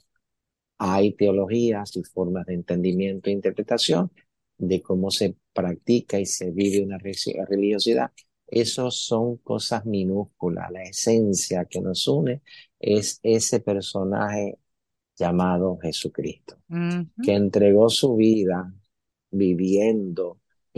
Hay teologías y formas de entendimiento e interpretación de cómo se practica y se vive una re- religiosidad. Esos son cosas minúsculas. La esencia que nos une es ese personaje llamado Jesucristo, ujú, que entregó su vida viviendo,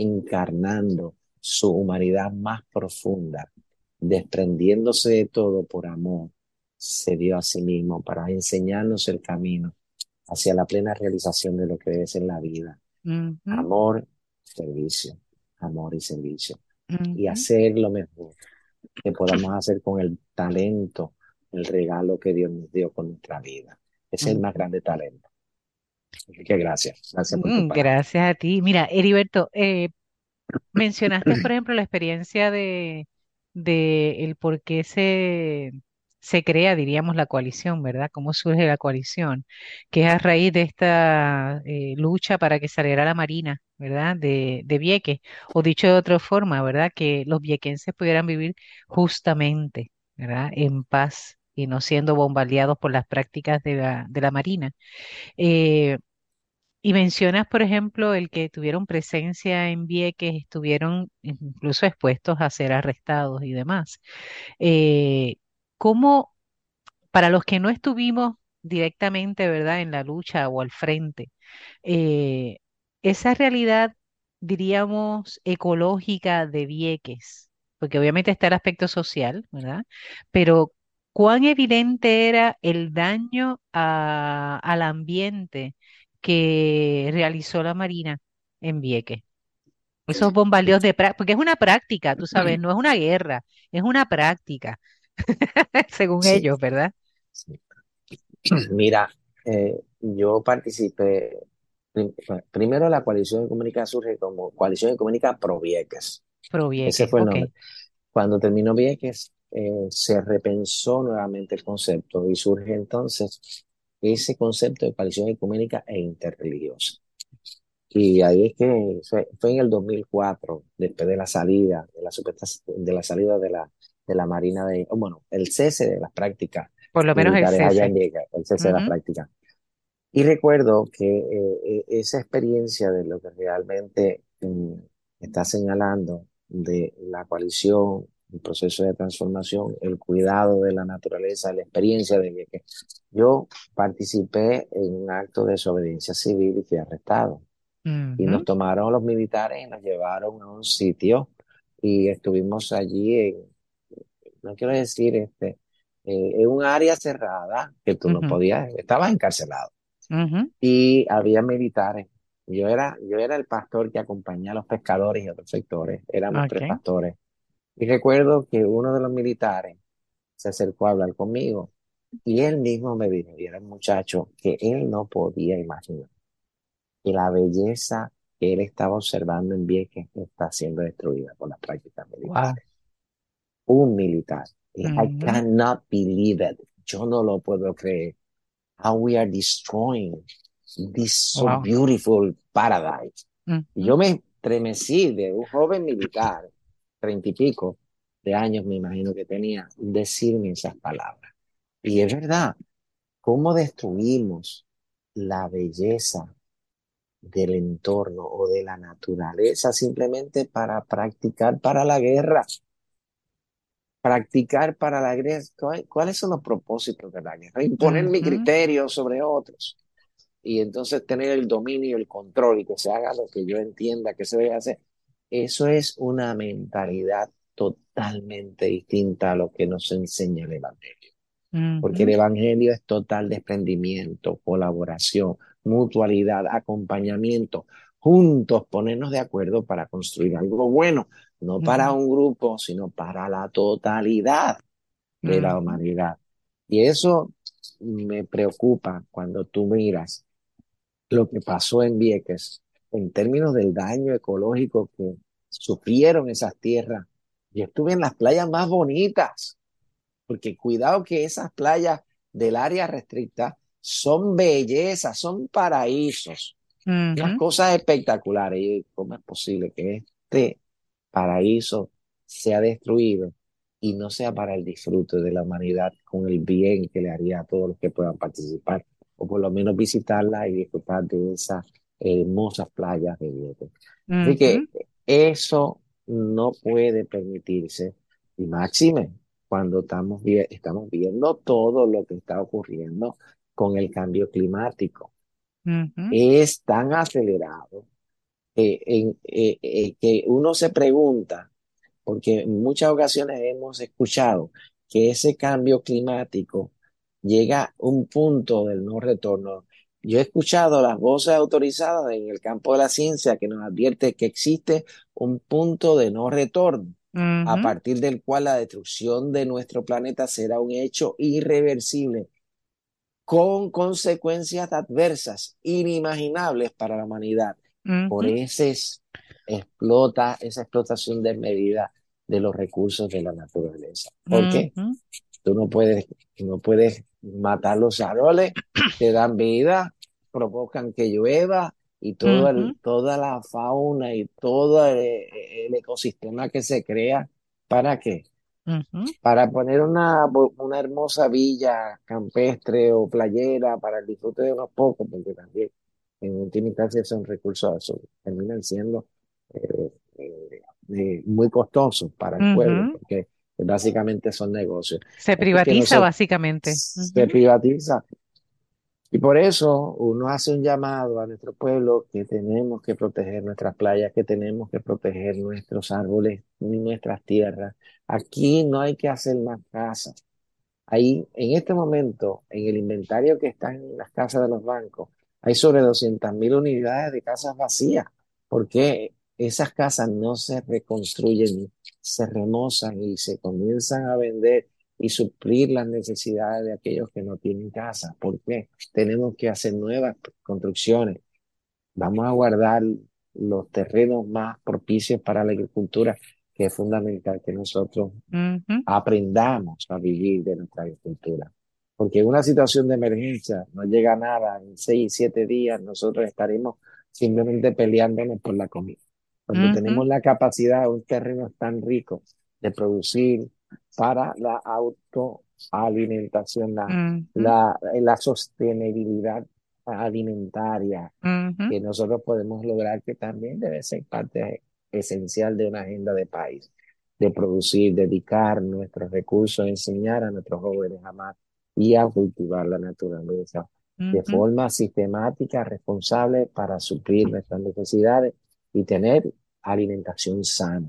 encarnando su humanidad más profunda, desprendiéndose de todo por amor, se dio a sí mismo para enseñarnos el camino hacia la plena realización de lo que debe ser la vida. Ujú, Amor, servicio, amor y servicio. Y ujú, hacer lo mejor que podamos hacer con el talento, el regalo que Dios nos dio con nuestra vida. Ese es el más ujú. grande talento. Así que gracias, gracias por tu Mm, palabra. gracias a ti. Mira, Heriberto, eh, mencionaste, por ejemplo, la experiencia de, de el por qué se, se crea, diríamos, la coalición, ¿verdad? ¿Cómo surge la coalición? Que es a raíz de esta eh, lucha para que saliera la Marina, ¿verdad? De, de Vieques. O dicho de otra forma, ¿verdad? Que los viequenses pudieran vivir justamente, ¿verdad? En paz y no siendo bombardeados por las prácticas de la, de la Marina. Eh, y mencionas, por ejemplo, el que tuvieron presencia en Vieques, estuvieron incluso expuestos a ser arrestados y demás. Eh, ¿cómo, para los que no estuvimos directamente, ¿verdad?, en la lucha o al frente, eh, esa realidad, diríamos, ecológica de Vieques, porque obviamente está el aspecto social, ¿verdad? Pero ¿cuán evidente era el daño a- al ambiente que realizó la Marina en Vieques? Esos bombardeos de práctica, porque es una práctica, tú sabes, no es una guerra, es una práctica, según Sí, ellos, ¿verdad? sí. Mira, eh, yo participé, prim- fue- primero la coalición económica surge como coalición económica Pro Vieques. Pro Ese Vieques, fue el ok. nombre. Cuando terminó Vieques, eh, se repensó nuevamente el concepto y surge entonces ese concepto de coalición ecuménica e interreligiosa. Y ahí es que fue, fue en el dos mil cuatro, después de la salida, de la supuesta, de la salida de la, de la Marina de, o bueno, el cese de las prácticas Por lo menos el militares allá en cese. Vieques, el cese de las Ujú, prácticas. Y recuerdo que eh, eh, esa experiencia de lo que realmente mm, está señalando de la coalición, el proceso de transformación, el cuidado de la naturaleza, la experiencia de que yo participé en un acto de desobediencia civil y fui arrestado. Y nos ujú, tomaron los militares y nos llevaron a un sitio y estuvimos allí en, no quiero decir, este, eh, en un área cerrada que tú no ujú, podías, estabas encarcelado ujú. y había militares. Yo era, yo era el pastor que acompañaba a los pescadores y otros sectores. Éramos tres Ok. pastores. Y recuerdo que uno de los militares se acercó a hablar conmigo y él mismo me dijo, y era un muchacho que él no podía imaginar, que la belleza que él estaba observando en Vieques está siendo destruida por las prácticas Wow. militares. Un militar. I Ujú, cannot believe it. Yo no lo puedo creer. How we are destroying this so wow. beautiful paradise. Y Ujú, yo me estremecí de un joven militar, treinta y pico de años, me imagino que tenía, decirme esas palabras. Y es verdad, cómo destruimos la belleza del entorno o de la naturaleza simplemente para practicar para la guerra. Practicar para la guerra. ¿Cuál- ¿Cuáles son los propósitos de la guerra? Imponer mi ujú, criterio sobre otros y entonces tener el dominio y el control y que se haga lo que yo entienda que se debe hacer. Eso es una mentalidad totalmente distinta a lo que nos enseña el Evangelio. Porque el ujú, Evangelio es total desprendimiento, colaboración, mutualidad, acompañamiento, juntos ponernos de acuerdo para construir algo bueno, no para ujú, un grupo, sino para la totalidad de la ujú, humanidad. Y eso me preocupa cuando tú miras lo que pasó en Vieques en términos del daño ecológico que sufrieron esas tierras. Yo estuve en las playas más bonitas, porque cuidado que esas playas del área restricta son bellezas, son paraísos, unas ujú, cosas espectaculares. Y ¿cómo es posible que este paraíso sea destruido y no sea para el disfrute de la humanidad con el bien que le haría a todos los que puedan participar, o por lo menos visitarla y disfrutar de esas hermosas playas de Vieques? Así que ujú, eso no puede permitirse, y máxime cuando estamos, vi- estamos viendo todo lo que está ocurriendo con el cambio climático. ujú, Es tan acelerado eh, en- eh, eh, que uno se pregunta, porque en muchas ocasiones hemos escuchado que ese cambio climático llega a un punto del no retorno yo he escuchado las voces autorizadas en el campo de la ciencia que nos advierte que existe un punto de no retorno, a Ujú, partir del cual la destrucción de nuestro planeta será un hecho irreversible, con consecuencias adversas, inimaginables para la humanidad. Por ujú, ese es- explota, esa explotación desmedida de los recursos de la naturaleza. ¿Por qué? ujú, Tú no puedes, no puedes matar los árboles, te dan vida, provocan que llueva y todo el, ujú, toda la fauna y todo el, el ecosistema que se crea. ¿Para qué? ujú, Para poner una, una hermosa villa campestre o playera para el disfrute de unos pocos, porque también en última instancia son recursos, son- terminan siendo eh, eh, eh, muy costosos para el pueblo, ujú. porque básicamente son negocios. Se Así que privatiza nosotros básicamente. se Ujú, privatiza y por eso uno hace un llamado a nuestro pueblo que tenemos que proteger nuestras playas, que tenemos que proteger nuestros árboles y nuestras tierras. Aquí no hay que hacer más casas. Ahí, en este momento, en el inventario que está en las casas de los bancos, hay sobre doscientas mil unidades de casas vacías, porque esas casas no se reconstruyen, se remozan y se comienzan a vender y suplir las necesidades de aquellos que no tienen casa. ¿Por qué? Tenemos que hacer nuevas construcciones. Vamos a guardar los terrenos más propicios para la agricultura, que es fundamental que nosotros ujú, aprendamos a vivir de nuestra agricultura. Porque en una situación de emergencia no llega nada, en seis, siete días nosotros estaremos simplemente peleándonos por la comida. Cuando ujú, tenemos la capacidad, un terreno tan rico de producir para la autoalimentación, la, ujú, la, la sostenibilidad alimentaria, ujú, que nosotros podemos lograr, que también debe ser parte esencial de una agenda de país, de producir, dedicar nuestros recursos, enseñar a nuestros jóvenes a amar y a cultivar la naturaleza de ujú. forma sistemática, responsable, para suplir nuestras necesidades y tener alimentación sana,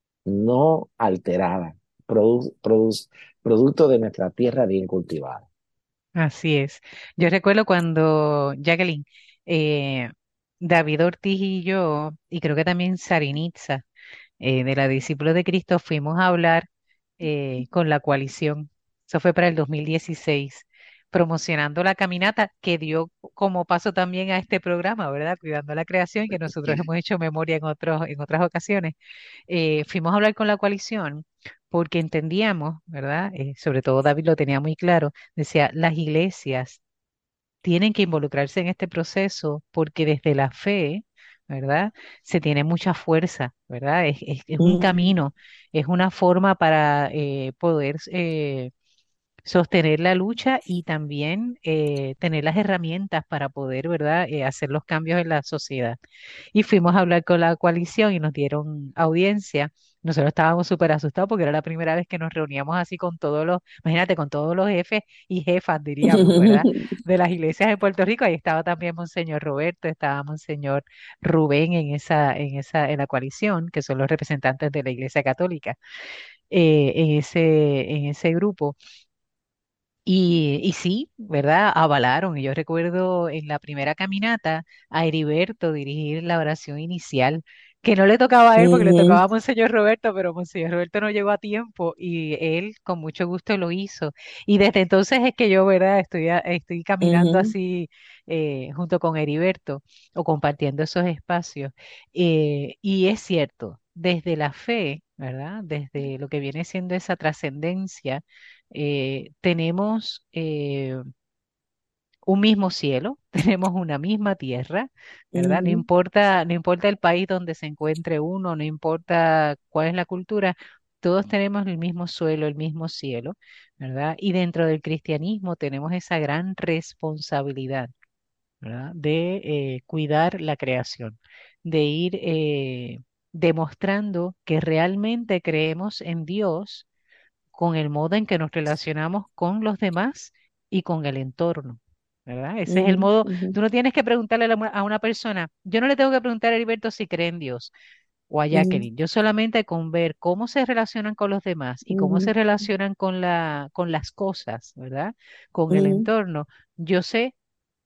no alterada, produ- produ- producto de nuestra tierra bien cultivada. Así es. Yo recuerdo cuando Jacqueline, eh, David Ortiz y yo, y creo que también Sarinitza, eh, de la Discípulos de Cristo, fuimos a hablar eh, con la coalición. Eso fue para el dos mil dieciséis, promocionando la caminata que dio como paso también a este programa, ¿verdad? Cuidando la creación, que nosotros hemos hecho memoria en otros, en otras ocasiones. Eh, fuimos a hablar con la coalición porque entendíamos, ¿verdad? Eh, sobre todo David lo tenía muy claro, decía, las iglesias tienen que involucrarse en este proceso porque desde la fe, ¿verdad? Se tiene mucha fuerza, ¿verdad? Es, es- es un Ujú, camino, es una forma para eh, poder eh, sostener la lucha y también eh, tener las herramientas para poder, ¿verdad? Eh, hacer los cambios en la sociedad. Y fuimos a hablar con la coalición y nos dieron audiencia. Nosotros estábamos súper asustados porque era la primera vez que nos reuníamos así con todos los, imagínate, con todos los jefes y jefas, diríamos, ¿verdad? De las iglesias de Puerto Rico. Ahí estaba también Monseñor Roberto, estaba Monseñor Rubén en esa, en esa, en la coalición, que son los representantes de la Iglesia Católica, eh, en ese, en ese grupo. Y, y sí, ¿verdad? Avalaron. Y yo recuerdo en la primera caminata a Heriberto dirigir la oración inicial, que no le tocaba a él porque le ujú, tocaba a Monseñor Roberto, pero Monseñor Roberto no llegó a tiempo y él con mucho gusto lo hizo. Y desde entonces es que yo, ¿verdad? Estoy, a- estoy caminando ujú, así eh, junto con Heriberto o compartiendo esos espacios. Eh, y es cierto, desde la fe, ¿verdad? Desde lo que viene siendo esa trascendencia eh, tenemos eh, un mismo cielo, tenemos una misma tierra, ¿verdad? No ujú, importa, no importa el país donde se encuentre uno, no importa cuál es la cultura, todos tenemos el mismo suelo, el mismo cielo, ¿verdad? Y dentro del cristianismo tenemos esa gran responsabilidad, ¿verdad? De eh, cuidar la creación, de ir eh, demostrando que realmente creemos en Dios con el modo en que nos relacionamos con los demás y con el entorno, ¿verdad? Ese es el ujú, modo, ujú, tú no tienes que preguntarle a la mu- a una persona, yo no le tengo que preguntar a Heriberto si cree en Dios o a ujú, Jacqueline, yo solamente con ver cómo se relacionan con los demás y cómo se ujú, relacionan con la, con las cosas, ¿verdad? Con el ujú, entorno, yo sé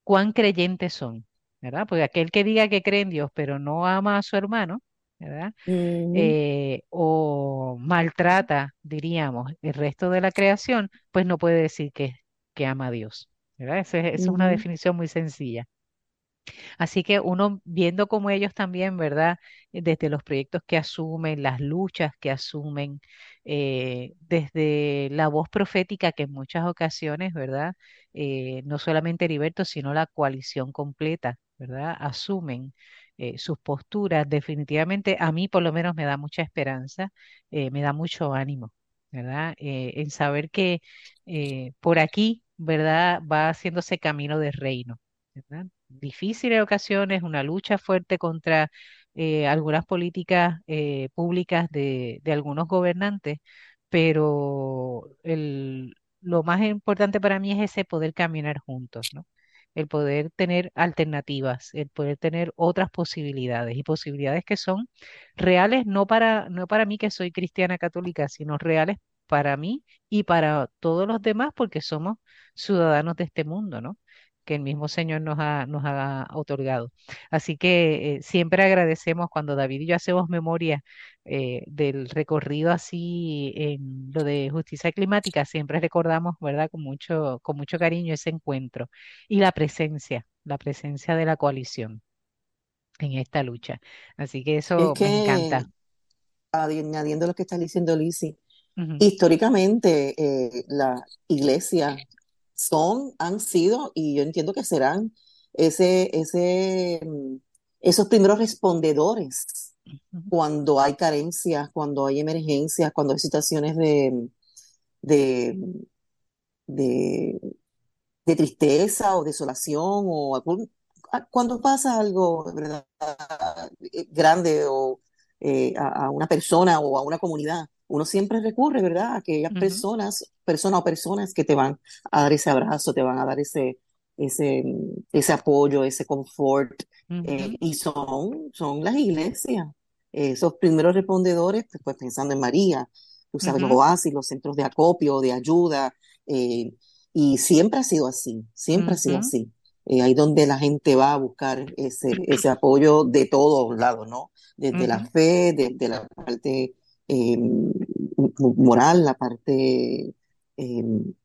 cuán creyentes son, ¿verdad? Porque aquel que diga que cree en Dios, pero no ama a su hermano, ¿verdad? Ujú, Eh, o maltrata, diríamos, el resto de la creación, pues no puede decir que, que ama a Dios, ¿verdad? Esa es, esa es una ujú. definición muy sencilla. Así que uno viendo como ellos también, ¿verdad? Eh, Desde los proyectos que asumen, las luchas que asumen, eh, desde la voz profética que en muchas ocasiones, ¿verdad? Eh, no solamente Heriberto, sino la coalición completa, ¿verdad? Asumen eh, sus posturas. Definitivamente a mí por lo menos me da mucha esperanza, eh, me da mucho ánimo, ¿verdad? Eh, en saber que eh, por aquí, ¿verdad? Va haciéndose camino de reino. ¿Verdad? Difícil en ocasiones, una lucha fuerte contra eh, algunas políticas eh, públicas de, de algunos gobernantes, pero el, lo más importante para mí es ese poder caminar juntos, ¿no? El poder tener alternativas, el poder tener otras posibilidades y posibilidades que son reales no para, no para mí que soy cristiana católica, sino reales para mí y para todos los demás porque somos ciudadanos de este mundo, ¿no? Que el mismo Señor nos ha, nos ha otorgado. Así que eh, siempre agradecemos cuando David y yo hacemos memoria eh, del recorrido así en lo de justicia climática, siempre recordamos, ¿verdad? Con mucho, con mucho cariño ese encuentro y la presencia, la presencia de la coalición en esta lucha. Así que Es eso me que, encanta. adi- añadiendo lo que está diciendo Lizzy, Ujú, históricamente eh, la iglesia son, han sido, y yo entiendo que serán, ese, ese, mm, esos primeros respondedores ujú, cuando hay carencias, cuando hay emergencias, cuando hay situaciones de, de, de, de tristeza o desolación o algún, cuando pasa algo, ¿verdad? eh, grande o eh, a, a una persona o a una comunidad, uno siempre recurre, ¿verdad? A aquellas ujú, personas, personas o personas que te van a dar ese abrazo, te van a dar ese, ese, ese apoyo, ese confort, eh, ujú, y son, son las iglesias. Eh, esos primeros respondedores, pues, pues, pensando en María, tú sabes, los ujú, oasis, los centros de acopio, de ayuda, eh, y siempre ha sido así, siempre ha sido ujú, así. Eh, ahí donde la gente va a buscar ese, ese apoyo de todos lados, ¿no? Desde la ujú, fe, desde la parte eh, moral, la parte eh,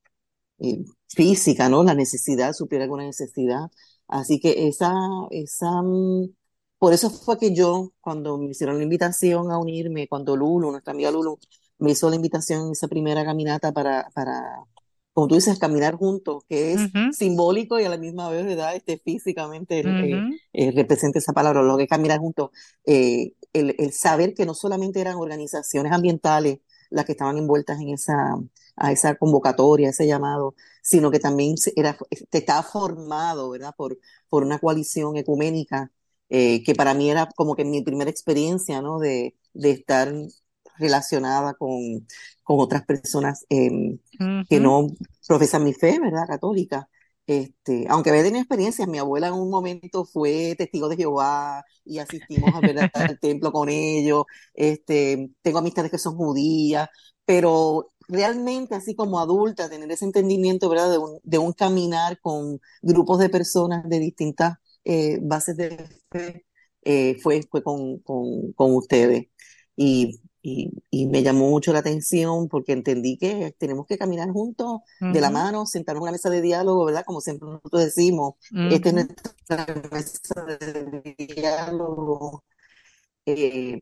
eh, física, ¿no? La necesidad, suplir alguna necesidad. Así que esa, esa, mm, por eso fue que yo, cuando me hicieron la invitación a unirme, cuando Lulu, nuestra amiga Lulu, me hizo la invitación en esa primera caminata para, para, como tú dices, caminar juntos, que es ujú, simbólico y a la misma vez, ¿verdad? Este, físicamente eh, ujú, eh, representa esa palabra, lo que es caminar juntos. Eh, el, el saber que no solamente eran organizaciones ambientales las que estaban envueltas en esa, a esa convocatoria, a ese llamado, sino que también se- era, este, estaba formado, ¿verdad? Por, por una coalición ecuménica, eh, que para mí era como que mi primera experiencia, ¿no? De, de estar relacionada con, con otras personas eh, que ujú, no profesan mi fe, ¿verdad? Católica. Este, aunque había tenido experiencias, mi abuela en un momento fue testigo de Jehová y asistimos a ver al templo con ellos. Este, tengo amistades que son judías, pero realmente así como adulta, tener ese entendimiento, ¿verdad? De un, de un caminar con grupos de personas de distintas eh, bases de fe, eh, fue, fue con, con, con ustedes. Y, y, y me llamó mucho la atención porque entendí que tenemos que caminar juntos de la ujú, mano, sentarnos en una mesa de diálogo, ¿verdad? Como siempre nosotros decimos, esta es ujú, nuestra mesa de diálogo. eh,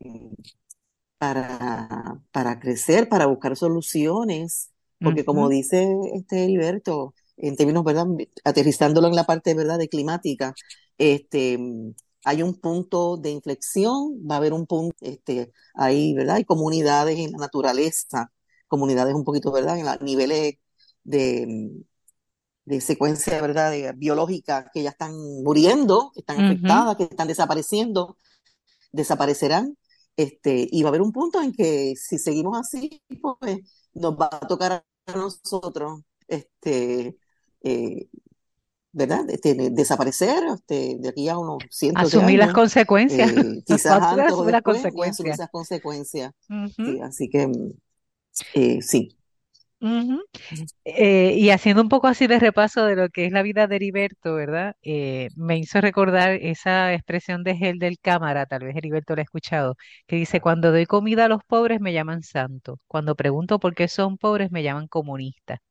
para, para crecer, para buscar soluciones, porque como ujú, dice este Heriberto, en términos, ¿verdad? Aterrizándolo en la parte, ¿verdad? De climática, este, hay un punto de inflexión, va a haber un punto, este, ahí, ¿verdad? Hay comunidades en la naturaleza, comunidades un poquito, ¿verdad? En los niveles de, de secuencia, ¿verdad? De, biológica que ya están muriendo, que están ujú. afectadas, que están desapareciendo, desaparecerán. Este, y va a haber un punto en que si seguimos así, pues nos va a tocar a nosotros, este, eh, ¿verdad? Este, desaparecer este, de aquí a unos cientos de Asumir las años, consecuencias. eh, quizás Va a tocar antes o asumir las después, y asumir consecuencias. esas consecuencias. Ujú. Sí, así que eh, sí. Ujú. Eh, y haciendo un poco así de repaso de lo que es la vida de Heriberto, ¿verdad? Eh, me hizo recordar esa expresión de Gel del Cámara, tal vez Heriberto la ha escuchado, que dice, cuando doy comida a los pobres me llaman santo, cuando pregunto por qué son pobres me llaman comunista,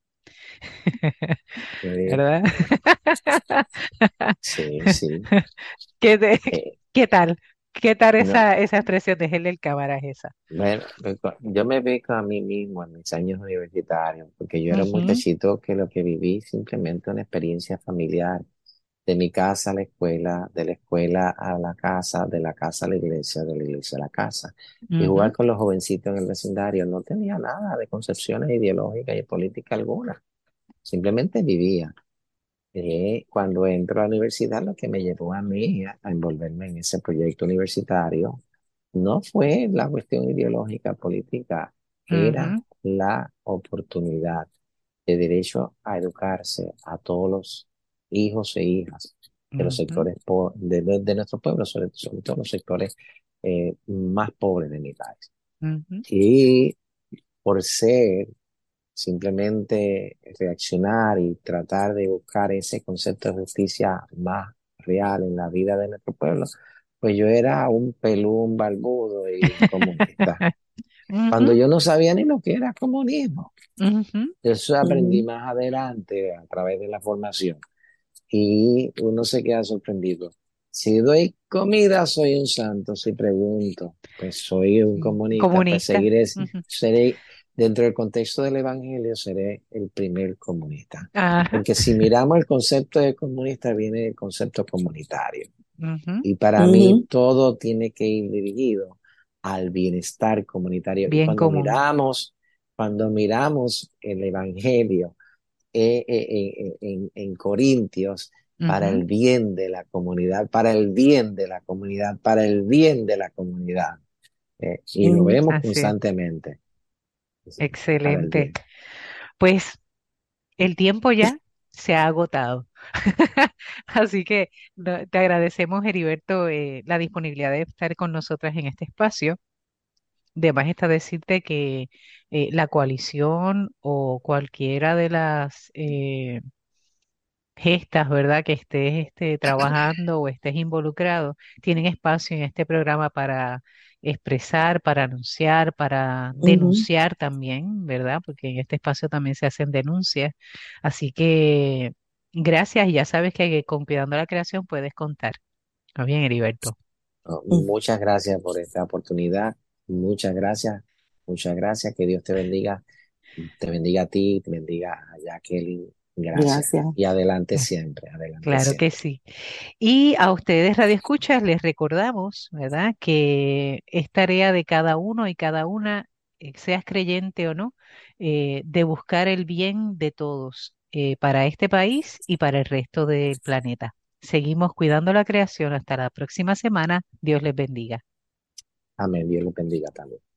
Eh, ¿verdad? sí, sí. ¿Qué, te- Eh, qué tal? ¿Qué tal no, esa, esa expresión de Gel del Cámara es esa? bueno, recu- yo me beco a mí mismo en mis años universitarios, porque yo era un Ujú, muchachito que lo que viví simplemente una experiencia familiar, de mi casa a la escuela, de la escuela a la casa, de la casa a la iglesia, de la iglesia a la casa. Y jugar ujú, con los jovencitos en el vecindario no tenía nada de concepciones ideológicas y política alguna, simplemente vivía. Eh, cuando entro a la universidad, lo que me llevó a mí a, a envolverme en ese proyecto universitario no fue la cuestión ideológica política, era ujú, la oportunidad de derecho a educarse a todos los hijos e hijas de los ujú, sectores po- de, de- de nuestro pueblo, sobre, sobre todo los sectores eh, más pobres de mi país. ujú, Y por ser simplemente reaccionar y tratar de buscar ese concepto de justicia más real en la vida de nuestro pueblo, pues yo era un pelún barbudo y un comunista. Cuando ujú, yo no sabía ni lo que era comunismo. ujú, Eso aprendí Ujú, más adelante a través de la formación y uno se queda sorprendido. Si doy comida, soy un santo. Si pregunto, pues soy un ujú. comunista. Pues Comunista. seguiré, Ujú. seré, dentro del contexto del evangelio, seré el primer comunista. Ajá. Porque si miramos el concepto de comunista, viene el concepto comunitario. Ujú. Y para mí ujú, todo tiene que ir dirigido al bienestar comunitario. Y Bien cuando común. miramos, cuando miramos el evangelio, eh, eh, eh, en, en Corintios para Ujú, el bien de la comunidad, para el bien de la comunidad, para el bien de la comunidad. Eh, y lo ujú. vemos así es. constantemente, sí, para el Excelente. bien. Pues el tiempo ya se ha agotado. Así que no- te agradecemos, Heriberto, eh, la disponibilidad de estar con nosotras en este espacio. De más está decirte que eh, la coalición o cualquiera de las eh, gestas, ¿verdad? Que estés este, trabajando o estés involucrado, tienen espacio en este programa para expresar, para anunciar, para Ujú. denunciar también, ¿verdad? Porque en este espacio también se hacen denuncias. Así que gracias y ya sabes que con Cuidando la Creación puedes contar. Está bien, Heriberto. No, Mm. muchas gracias por esta oportunidad. Muchas gracias. Muchas gracias. Que Dios te bendiga. Te bendiga a ti, te bendiga a Jacqueline. Gracias. Gracias. Y adelante Cla- siempre, adelante Claro que siempre. sí. Y a ustedes, Radio Escuchas, les recordamos, ¿verdad?, que es tarea de cada uno y cada una, eh, seas creyente o no, eh, de buscar el bien de todos, eh, para este país y para el resto del planeta. Seguimos cuidando la creación. Hasta la próxima semana. Dios les bendiga. Amén. Dios los bendiga también.